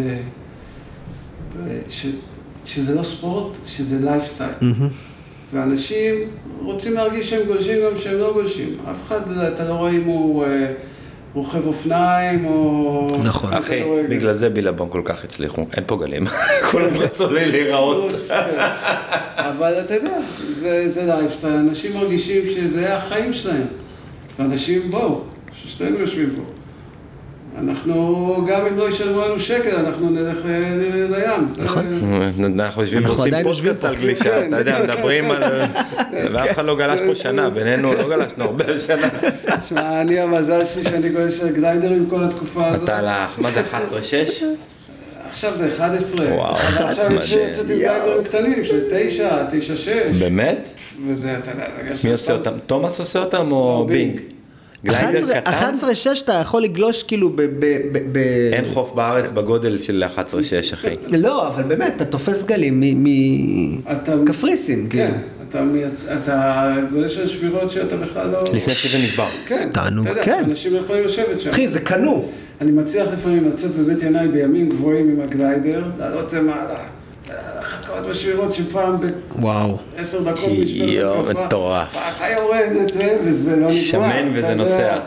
שזה לא ספורט, שזה לייפסטייל. ואנשים רוצים להרגיש שהם גולשים גם שהם לא גולשים. אף אחד, אתה לא רואה אם הוא רוכב אופניים או... נכון. אחי, בגלל זה בילבון כל כך הצליחו, אין פה גלים. כולם רצו לי להיראות. אבל אתה יודע, זה לייפסטייל, אנשים מרגישים שזה החיים שלהם. ואנשים, בואו, ששתינו יושבים פה. אנחנו, גם אם לא ישלמו לנו שקל, אנחנו נלך לים. נכון. אנחנו יושבים ועושים פודקאסט על גלישה, אתה יודע, מדברים על... ואף אחד לא גלש פה שנה, בינינו לא גלשנו הרבה שנה. שמע, אני המזל שלי שאני גולש גליידרים כל התקופה הזאת. אתה הלך, מה זה 11-6? עכשיו זה 11. וואו, עכשיו יוצאת עם גליידרים קטנים, של 9, 9-6. באמת? וזה, אתה יודע, מי עושה אותם? תומאס עושה אותם או בינג? גליידר קטן? 11-6 אתה יכול לגלוש כאילו אין חוף בארץ בגודל של 11-6 אחי. לא, אבל באמת, אתה תופס גלים מקפריסין. כן, אתה גולש על שבירות שאתה בכלל לא... לפני שזה נשבר. כן, תענו, אתה יודע, כן. אנשים לא יכולים לשבת שם. אחי, זה קנו. אני מצליח לפעמים לצאת בבית ינאי בימים גבוהים עם הגליידר, לעלות למעלה. לחכות בשבירות שפעם ב10 דקות נשבר את התקופה. מטורף. אתה יורד את זה וזה לא נגמר. שמן וזה נוסע.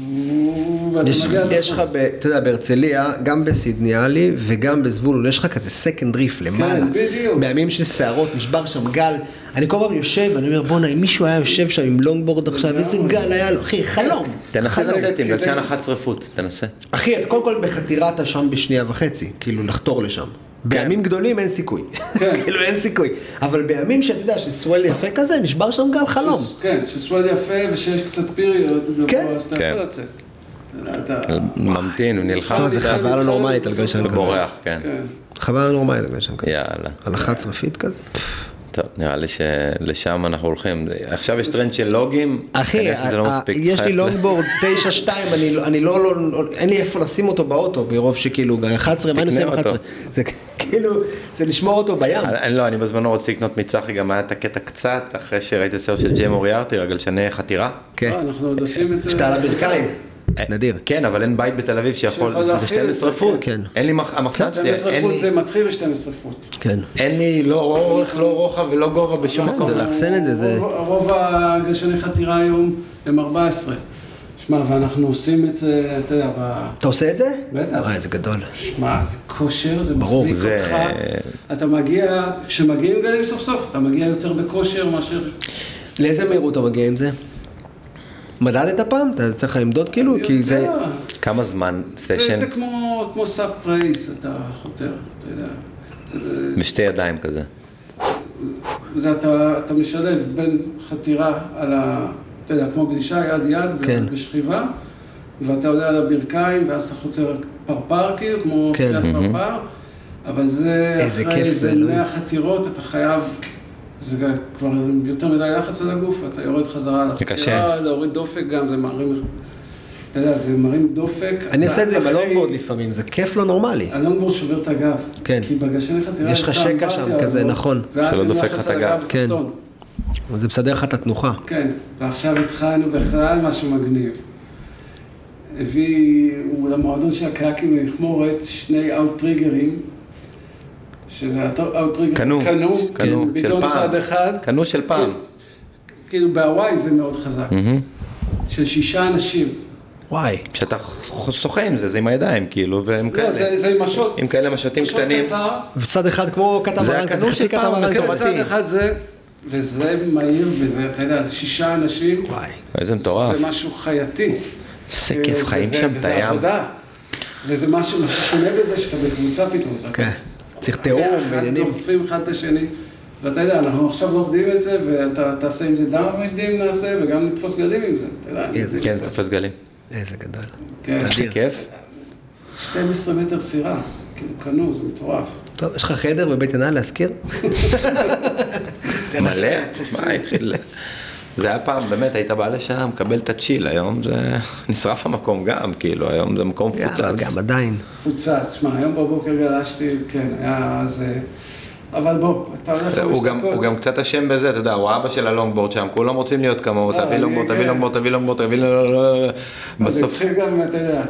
יש לך, אתה יודע, בהרצליה, גם בסידני עלי וגם בזבולון, יש לך כזה סקנד ריף למעלה. כן, בדיוק. בימים של שערות, נשבר שם גל. אני כל פעם יושב, אני אומר, בוא'נה, אם מישהו היה יושב שם עם לונגבורד עכשיו, איזה גל היה לו, אחי, חלום. תנסה לצאת עם גלשן 11 פוט, תנסה. אחי, קודם כל בחתירה אתה שם בשנייה וחצי, כאילו לחתור לשם. בימים גדולים אין סיכוי, כאילו אין סיכוי, אבל בימים שאתה יודע שסוול יפה כזה, נשבר שם גל חלום. כן, שסוול יפה ושיש קצת פיריוד, אז אתה יכול לצאת. ממתין, הוא נלחם. זה חוויה לא נורמלית על גלשן כזה. ובורח, כן. חוויה לא נורמלית על גלשן כזה. יאללה. על 11 פיט כזה. טוב, נראה לי שלשם אנחנו הולכים. עכשיו יש טרנד של לוגים. אחי, יש לי לונגבורד 9-2, אין לי איפה לשים אותו באוטו, ברוב שכאילו 11, מה אני עושה עם 11? זה כאילו, זה לשמור אותו בים. לא, אני בזמנו רוצה לקנות מצחי, גם היה את הקטע קצת, אחרי שראיתי סרט של ג'יי מוריארטי, הגלשני חתירה. כן. אנחנו עוד עושים את זה. שאתה על הברכיים. נדיר. כן, אבל אין בית בתל אביב שיכול, זה 12 פוט. כן. אין לי המחסן שלי, 12 פוט זה מתחיל ב-12 פוט. כן. אין לי לא אורך, לא רוחב ולא גובה בשום מקום. זה לאחסן את זה. רוב הגלשני חתירה היום הם 14. שמע, ואנחנו עושים את זה, אתה יודע, אתה עושה את זה? בטח. זה גדול. שמע, זה כושר, זה מחזיק אותך. אתה מגיע, כשמגיעים גלים סוף סוף, אתה מגיע יותר בכושר מאשר... לאיזה מהירות אתה מגיע עם זה? מדדת פעם? אתה צריך למדוד כאילו? כי זה... כמה זמן סשן? זה כמו סאב פרייס, אתה חותר, אתה יודע. בשתי ידיים כזה. זה אתה משלב בין חתירה על ה... אתה יודע, כמו גלישה יד בשכיבה, ואתה עולה על הברכיים, ואז אתה חותר פרפר כאילו, כמו שחיית פרפר, אבל זה אחרי איזה 100 חתירות, אתה חייב... זה כבר יותר מדי לחץ על הגוף, אתה יורד חזרה על החתירה, להוריד דופק גם, זה מרים, אתה יודע, זה מרים דופק. אני עושה את זה בלונגבורד לפעמים, זה כיף לא נורמלי. הלונגבורד שובר את הגב. כן. כי בגשני חתירה... יש לך שקע שם כזה, נכון. שלא דופק לך את הגב. כן. זה מסדר לך את התנוחה. כן, ועכשיו התחלנו בכלל משהו מגניב. הוא למועדון של הקייקים למכמורת 2 אאוטריגרים, שזה האוטריגר קנו, בידון צד אחד. קנו של פעם. כאילו בהוואי זה מאוד חזק. של 6 אנשים. וואי. שאתה שוחה עם זה, זה עם הידיים, כאילו, והם כאלה. לא, זה עם משות. עם כאלה משוטים קטנים. וצד אחד כמו קטמרן, זה הקנו של פעם, כן, צד אחד זה, וזה מהיר, וזה, אתה יודע, זה 6 אנשים. וואי. איזה מטורף. זה משהו חייתי. זה כיף חיים שם, את הים. וזה עבודה. וזה משהו ששונה בזה, שאתה בקבוצה פתאום. כן. צריך תיאום ועניינים. דוחפים אחד את השני. ואתה יודע, אנחנו עכשיו לומדים את זה, ואתה תעשה עם זה דאונלודים נעשה, וגם נתפוס גלים עם זה. כן, זה תופס גלים. איזה גדול. כן. זה כיף. 12 מטר סירה, כאילו קנו, זה מטורף. טוב, יש לך חדר בבית ינאי להזכיר? מלא, מה, התחיל... זה היה פעם, באמת, היית בא לשם, מקבל את הצ'יל, היום זה נשרף המקום גם, כאילו, היום זה מקום מפוצץ. גם עדיין. מפוצץ, שמע, היום בבוקר גלשתי, כן, היה זה... אבל בוא, אתה הולך הוא גם קצת אשם בזה, אתה יודע, הוא אבא של הלונגבורד שם, כולם רוצים להיות כמוהו, תביא לונגבורד, תביא לונגבורד, תביא לונגבורד, תביא לונגבורד, בסוף... זה התחיל גם, אתה יודע,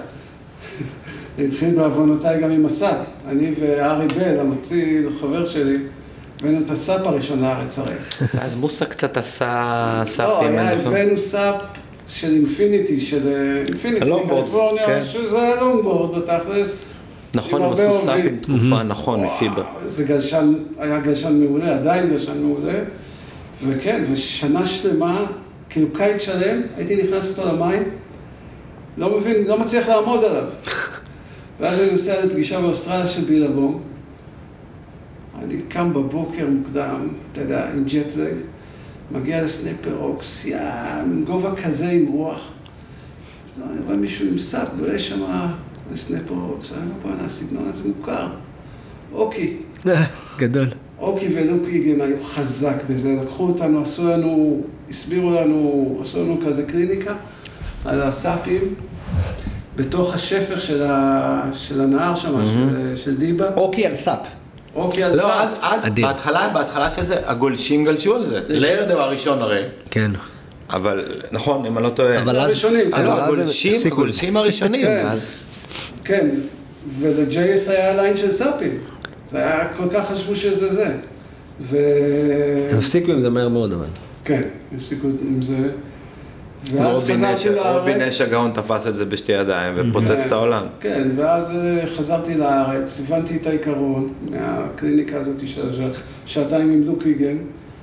זה התחיל בעוונותיי גם עם הסאפ. אני וארי בל, המציל, חבר שלי, הבאנו את הסאפ הראשון לארץ הרי. אז מוסה קצת עשה סאפים, לא, הבאנו סאפ של אינפיניטי, קליפורניה, שזה היה לונגבורד בתכלס. נכון, הם עשו סאפים תקופה, נכון, מפיבר. זה גלשן, היה גלשן מעולה, עדיין גלשן מעולה. וכן, ושנה שלמה, כאילו קיץ שלם, הייתי נכנס אותו למים, לא מבין, לא מצליח לעמוד עליו. ואז אני נוסע לפגישה באוסטרליה של בילבום. אני קם בבוקר מוקדם, אתה יודע, עם ג'טלג, מגיע לסנפר רוקס, עם גובה כזה עם רוח. אני רואה מישהו עם סאפ, ויש שם לסנפר רוקס, אני אומר, פה, הסגנון הזה מוכר. אוקי. גדול. אוקי ולוק איגן היו חזק בזה, לקחו אותנו, הסבירו לנו, עשו לנו כזה קליניקה על הסאפים, בתוך השפר של הנהר שם, של דיבה. אוקי על סאפ. אוקי על סאפ. לא, אז בהתחלה של זה, הגולשים גלשו על זה. לרד הוא הראשון הרי. כן. אבל, נכון, אם אני לא טועה. אבל הראשונים. הגולשים הראשונים, אז... כן, ול-JS היה ליין של סאפים. זה היה כל כך חשבו שזה זה. הם הפסיקו עם זה מהר מאוד, אבל. כן, הפסיקו עם זה. ואז חזרתי לארץ. רובין נש הגאון תפס את זה בשתי ידיים ופוצץ את העולם. כן, ואז חזרתי לארץ, הבנתי את העיקרון מהקליניקה הזאת של שעתיים עם לוק איגן,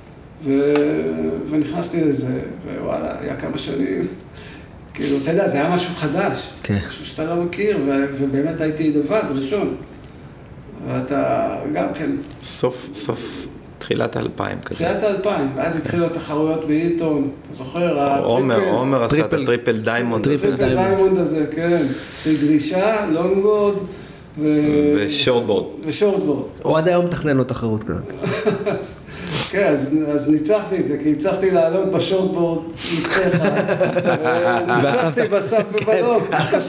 ונכנסתי לזה, ווואלה, היה כמה שנים. כאילו, אתה יודע, זה היה משהו חדש. כן. משהו שאתה לא מכיר, ובאמת הייתי לבד, ראשון. ואתה גם כן... סוף, תחילת 2000 כזה. תחילת 2000, ואז התחילו התחרויות באילטון, אתה זוכר? עומר עשה את הטריפל דיימונד. טריפל דיימונד הזה, כן. של גלישה, לונגבורד ושורטבורד. הוא עד היום מתכנן לו תחרות כזאת. כן, אז ניצחתי את זה, כי הצלחתי לעלות בשורטבורד מתחך, וניצחתי בסף בבלום.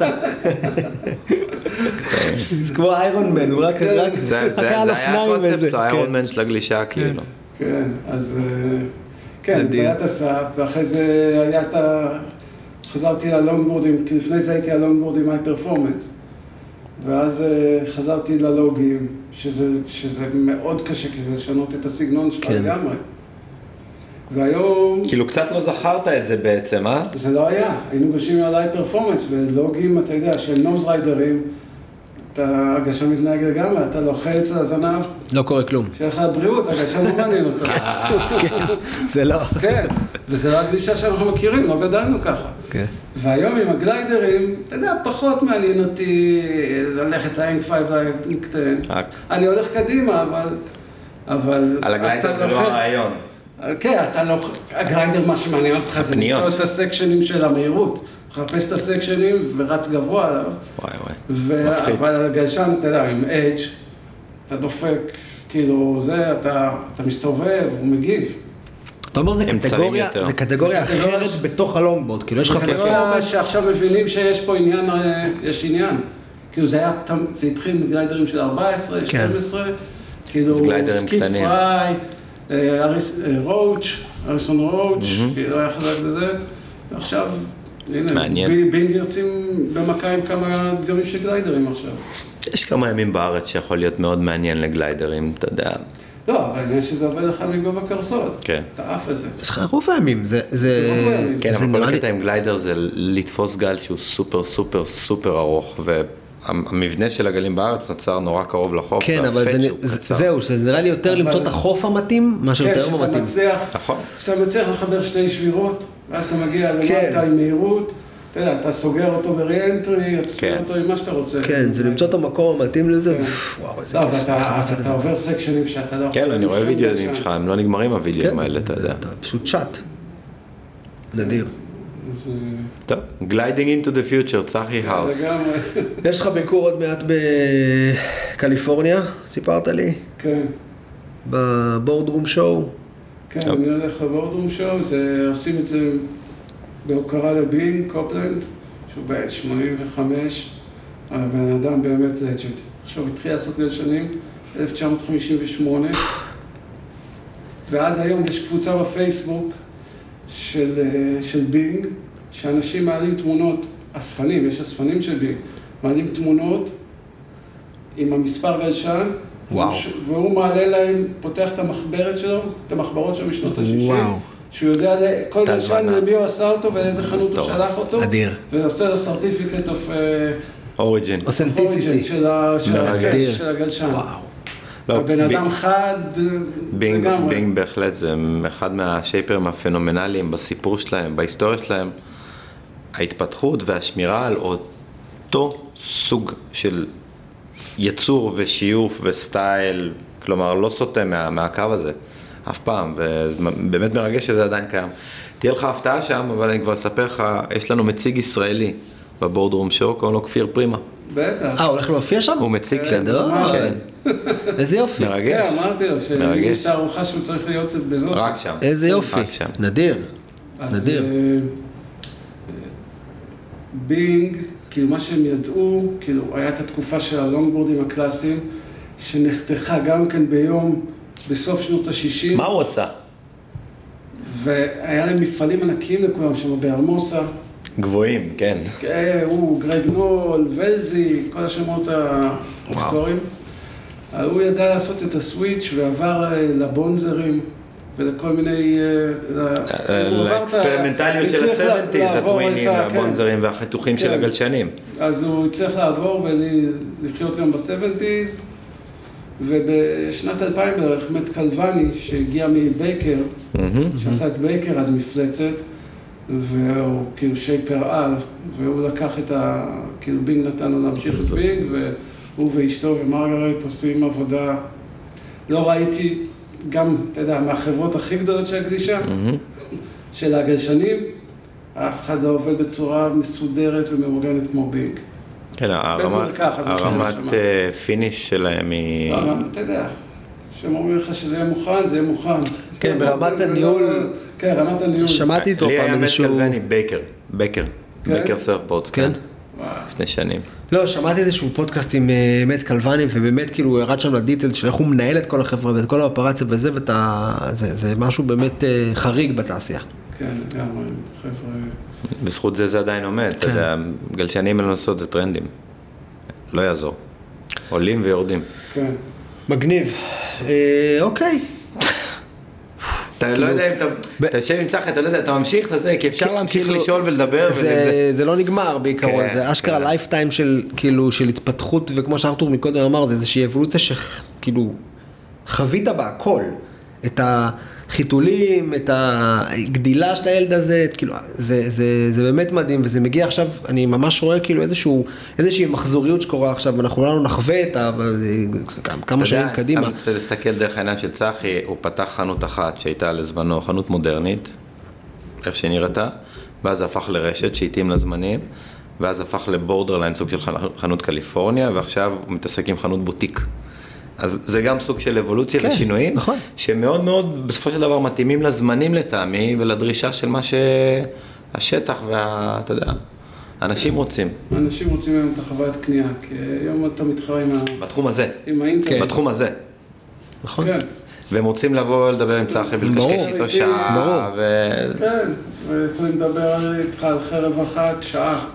זה כמו איירון מן, הוא רק זה היה הקונספט, האיירון מן של הגלישה, כאילו. כן, אז... כן, זה היה את הסף, ואחרי זה היה את ה... חזרתי ללונגבורדים, כי לפני זה הייתי הלונגבורדים היי פרפורמנס. ואז חזרתי ללוגים, שזה מאוד קשה, כי זה לשנות את הסגנון שלך לגמרי. והיום... כאילו קצת לא זכרת את זה בעצם, אה? זה לא היה. היינו גשים על היי פרפורמנס, ולוגים, אתה יודע, שהם נוז ריידרים, הגשם מתנהג לגמרי, אתה לוחץ לזנב. לא קורה כלום. שיהיה לך בריאות, הגשם לא מעניין אותו. זה לא. כן, וזה לא הגלישה שאנחנו מכירים, לא גדלנו ככה. והיום עם הגליידרים, אתה יודע, פחות מעניין אותי ללכת לאנג פייב לקטן. אני הולך קדימה, אבל... על הגליידר זה לא הרעיון. כן, הגליידר, מה שמעניין אותך זה למצוא את הסקשנים של המהירות. מחפש את הסקשנים ורץ גבוה עליו. מפחיד. אבל הגלשן, אתה יודע, עם אדג', אתה דופק, כאילו זה, אתה מסתובב, הוא מגיב. אתה אומר, זה קטגוריה אחרת בתוך הלונגבורד, כאילו יש לך פרפורמנס שעכשיו מבינים שיש פה עניין, יש עניין. כאילו זה התחיל מגליידרים של 14, 12, כאילו סקיפ פריי, אריסון רואץ', כאילו היה חזק בזה, ועכשיו, הנה, בינג יוצאים במכה עם כמה דגמים של גליידרים עכשיו. יש כמה ימים בארץ שיכול להיות מאוד מעניין לגליידרים, אתה יודע. לא, העניין שזה עובד לך מגובה קרסות. כן. אתה עף על זה. יש לך רוב הימים, זה כן, זה אבל כל נראה לי- הקטע עם גליידר זה לתפוס גל שהוא סופר סופר סופר ארוך, והמבנה של הגלים בארץ נוצר נורא קרוב לחוף, כן, אבל והפט זה- שהוא זה- קצר. זהו, זה נראה לי יותר למצוא את החוף המתאים, מאשר כן, יותר שאתה המתאים. מצליח, נכון. שאתה מצליח לחבר שתי שבירות, ואז אתה מגיע כן. למטה עם מהירות, אתה יודע, אתה סוגר אותו ב-re-entry, אתה סוגר כן. אותו עם מה שאתה רוצה. כן, זה למצוא את המקום המתאים לזה, כן. וואו, איזה לא, כיף, זה חייב לעשות את אתה זה. עובר סקשנים שאתה לא... כן, אני רואה שם וידאוים ושם. שלך, הם לא נגמרים הוידאוים כן, האלה, אתה יודע. אתה פשוט שט. נדיר. אז, טוב, Gliding into the future, צחי האוס. לגמרי. יש לך ביקור עוד מעט בקליפורניה, סיפרת לי? כן, בבורדרום שואו. כן, אני הולך לבורדרום שואו, עושים את זה בהוקרה לבין, קופלנד, שהוא בעת 85, הבן אדם באמת לג'נד. עכשיו התחיל לעשות גלשנים, 1958, ועד היום יש קבוצה בפייסבוק של בינג, שאנשים מעלים תמונות, אספנים, יש אספנים של בינג, מעלים תמונות עם המספר גלשן, וואו. והוא מעלה להם, פותח את המחברת שלו, את המחברות שלו משנות ה-60, וואו. שהוא יודע כל גלשן הזמנה. למי הוא עשה אותו ואיזה חנות הוא טוב. שלח אותו, אדיר. ועושה לו certificate of אוריג'ין. אותנטיסיטי. מרגש. של הגלשן. וואו. לא, הבן ב- אדם חד לגמרי. בינג בהחלט זה אחד מהשייפרים הפנומנליים בסיפור שלהם, בהיסטוריה שלהם, ההתפתחות והשמירה על אותו סוג של יצור ושיוף וסטייל, כלומר לא סוטה מהקו הזה, אף פעם, ובאמת מרגש שזה עדיין קיים. תהיה לך הפתעה שם, אבל אני כבר אספר לך, יש לנו מציג ישראלי בבורדרום שואו, קוראים לו כפיר פרימה. בטח. הולך להופיע שם? הוא מציג שם. גדול. כן. איזה יופי. מרגש. כן, אמרתי לו שיש מרגש. את הארוחה שהוא צריך להיות אצל בזאת. רק שם. איזה יופי. רק שם. נדיר. אז, נדיר. בינג, כאילו מה שהם ידעו, כאילו היה את התקופה של הלונגבורדים הקלאסיים, שנחתכה גם כן ביום, בסוף שנות ה-60. מה הוא עשה? והיה להם מפעלים ענקיים לכולם שם בארמוסה. גבוהים, כן. הוא, גרג נול, ולזי, כל השמות ההיסטוריים. הוא ידע לעשות את הסוויץ' ועבר לבונזרים ולכל מיני... לאקספרימנטליות של ה-70's, הטווינים והבונזרים והחיתוכים של הגלשנים. אז הוא הצליח לעבור ולחיות גם ב-70's, ובשנת 2000 בערך מת קלווני שהגיע מבייקר, שעשה את בייקר אז מפלצת, והוא כאילו שייפר על, והוא לקח את כאילו בינג נתן לו להמשיך את בינג, והוא ואשתו ומרגרט עושים עבודה, לא ראיתי גם, אתה יודע, מהחברות הכי גדולות של הגלישה, של הגלשנים, אף אחד לא עובד בצורה מסודרת ומאורגנת כמו בינג. כן, הרמת פיניש שלהם היא... אתה יודע, כשהם אומרים לך שזה יהיה מוכן, זה יהיה מוכן. כן, ברמת הניהול... כן, רמת הניהול. שמעתי איתו לי פעם היה מת איזשהו... קלווני, בייקר סרפבורדס, כן? לפני שנים. לא, שמעתי איזשהו פודקאסט עם מת קלווני, ובאמת כאילו הוא ירד שם לדיטלס של איך הוא מנהל את כל החברה ואת כל האופרציה וזה, זה משהו באמת חריג בתעשייה. כן, לגמרי, חבר'ה... בזכות זה עדיין עומד, אתה יודע, גלשנים לנסות זה טרנדים. לא יעזור. עולים ויורדים. כן. מגניב. אוקיי. אתה לא יודע אם אתה יושב עם צחי, אתה לא יודע, אתה ממשיך את זה, כי אפשר להמשיך לשאול ולדבר. זה לא נגמר בעיקרון, זה אשכרה לייפטיים של כאילו של התפתחות, וכמו שארתור מקודם אמר, זה איזושהי אבולוציה שכאילו חווית בה הכל, את החיתולים, את הגדילה של הילד הזה, כאילו זה באמת מדהים, וזה מגיע עכשיו, אני ממש רואה כאילו איזושהי מחזוריות שקורה עכשיו, אנחנו לא נחווה את כמה שנים קדימה. אתה יודע, להסתכל דרך העיניים של צחי, הוא פתח חנות אחת שהייתה לזמנו חנות מודרנית, איך שנראתה, ואז הפך לרשת שהתאים לזמנים, ואז הפך לבורדרליין, סוג של חנות קליפורניה, ועכשיו הוא מתעסק עם חנות בוטיק. אז זה גם סוג של אבולוציה ושינויים, נכון. שמאוד מאוד בסופו של דבר מתאימים לזמנים לטעמי, ולדרישה של מה שהשטח אתה יודע, אנשים רוצים. אנשים רוצים היום את החוויית קנייה, כי היום אתה מתחרה בתחום הזה. עם האינטרנט. בתחום הזה. נכון. כן. והם רוצים לבוא לדבר עם צחי ולקשקש איתו שעה. כן, ויכולים לדבר איתך על חרב אחת, שעה.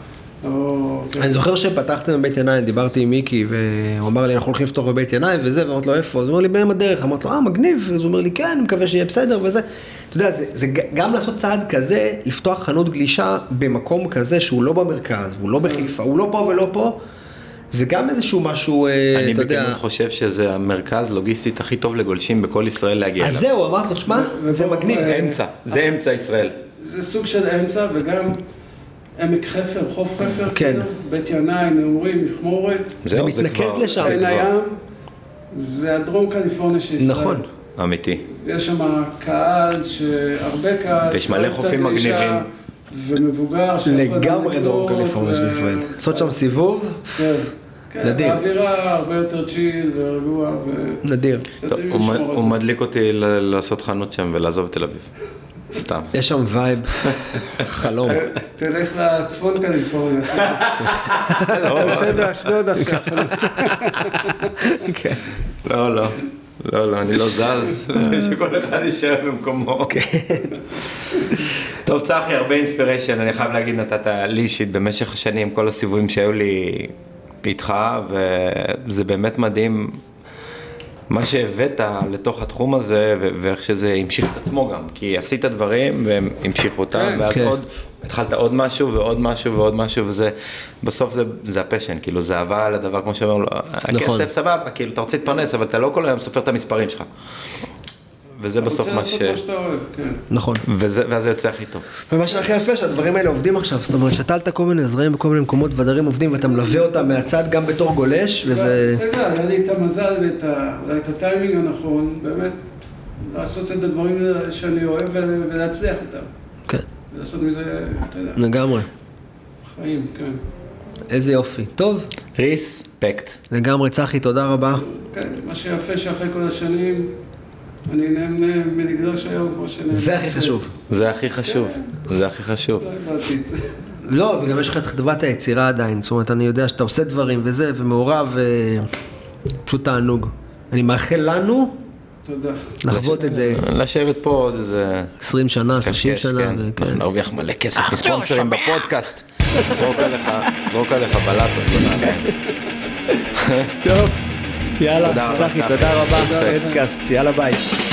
אני זוכר שפתחתם בבית ינאי, דיברתי עם מיקי, והוא אמר לי, אנחנו הולכים לפתור בבית ינאי וזה, ואמרתי לו, איפה? אז הוא אומר לי, בהם הדרך. אמרתי לו, מגניב. אז הוא אומר לי, כן, אני מקווה שיהיה בסדר וזה. אתה יודע, זה גם לעשות צעד כזה, לפתוח חנות גלישה במקום כזה, שהוא לא במרכז, והוא לא בחיפה, הוא לא פה ולא פה, זה גם איזשהו משהו, אני בכנות חושב שזה המרכז לוגיסטית הכי טוב לגולשים בכל ישראל להגיע אליו. אז זהו, אמרת לו, תשמע, זה מגניב. זה אמצע ישראל. זה סוג של אמצע, וגם עמק חפר, חוף חפר, כן. בית ינאי, נעורים, מכמורת. זה מתנקז לשם. עין הים, זה הדרום קליפורניה של ישראל. נכון. אמיתי. יש שם קהל, הרבה קהל. ויש מלא חופים מגניבים. ומבוגר. לגמרי דרום קליפורניה של ישראל. לעשות שם סיבוב. כן. נדיר. האווירה הרבה יותר צ'יל ורגוע. נדיר. הוא מדליק אותי לעשות חנות שם ולעזוב תל אביב. סתם. יש שם וייב, חלום. תלך לצפון קליפורניה. בסדר, אשדוד עכשיו. לא, אני לא זז, שכל אחד יישאר במקומו. טוב, צחי, הרבה אינספיריישן, אני חייב להגיד, נתת לי אישית במשך השנים, כל הסיבובים שהיו לי איתך, וזה באמת מדהים. מה שהבאת לתוך התחום הזה, ואיך שזה המשיך את עצמו גם, כי עשית דברים והם המשיכו אותם, ואז עוד, התחלת עוד משהו ועוד משהו ועוד משהו, וזה, בסוף זה הפשן, כאילו זה אהבה לדבר, כמו שאומר לו, הכסף סבבה, כאילו אתה רוצה להתפרנס, אבל אתה לא כל היום סופר את המספרים שלך. וזה בסוף מה ש... נכון. ואז זה יוצא הכי טוב. ומה שהכי יפה שהדברים האלה עובדים עכשיו, זאת אומרת, שתלת כל מיני זרעים בכל מיני מקומות ודברים עובדים ואתה מלווה אותם מהצד גם בתור גולש וזה... אתה יודע, היה לי את המזל ואת הטיימינג הנכון, באמת לעשות את הדברים שאני אוהב ולהצליח אותם. כן. ולעשות מזה, אתה יודע. לגמרי. חיים, כן. איזה יופי. טוב. ריספקט. לגמרי, צחי, תודה רבה. כן, מה שיפה שאחרי כל השנים... אני נהנה מלגלוש היום כמו שנהנה. זה הכי חשוב. זה הכי חשוב. זה הכי חשוב. לא הבאתי את זה. לא, וגם יש לך את חדוות היצירה עדיין. זאת אומרת, אני יודע שאתה עושה דברים וזה, ומעורב, פשוט תענוג. אני מאחל לנו לחוות את זה. לשבת פה עוד איזה... 20 שנה, 30 שנה. נרוויח מלא כסף מספונסרים בפודקאסט. זרוק עליך בלטות. טוב. יאללה, צחי, תודה רבה. יאללה ביי.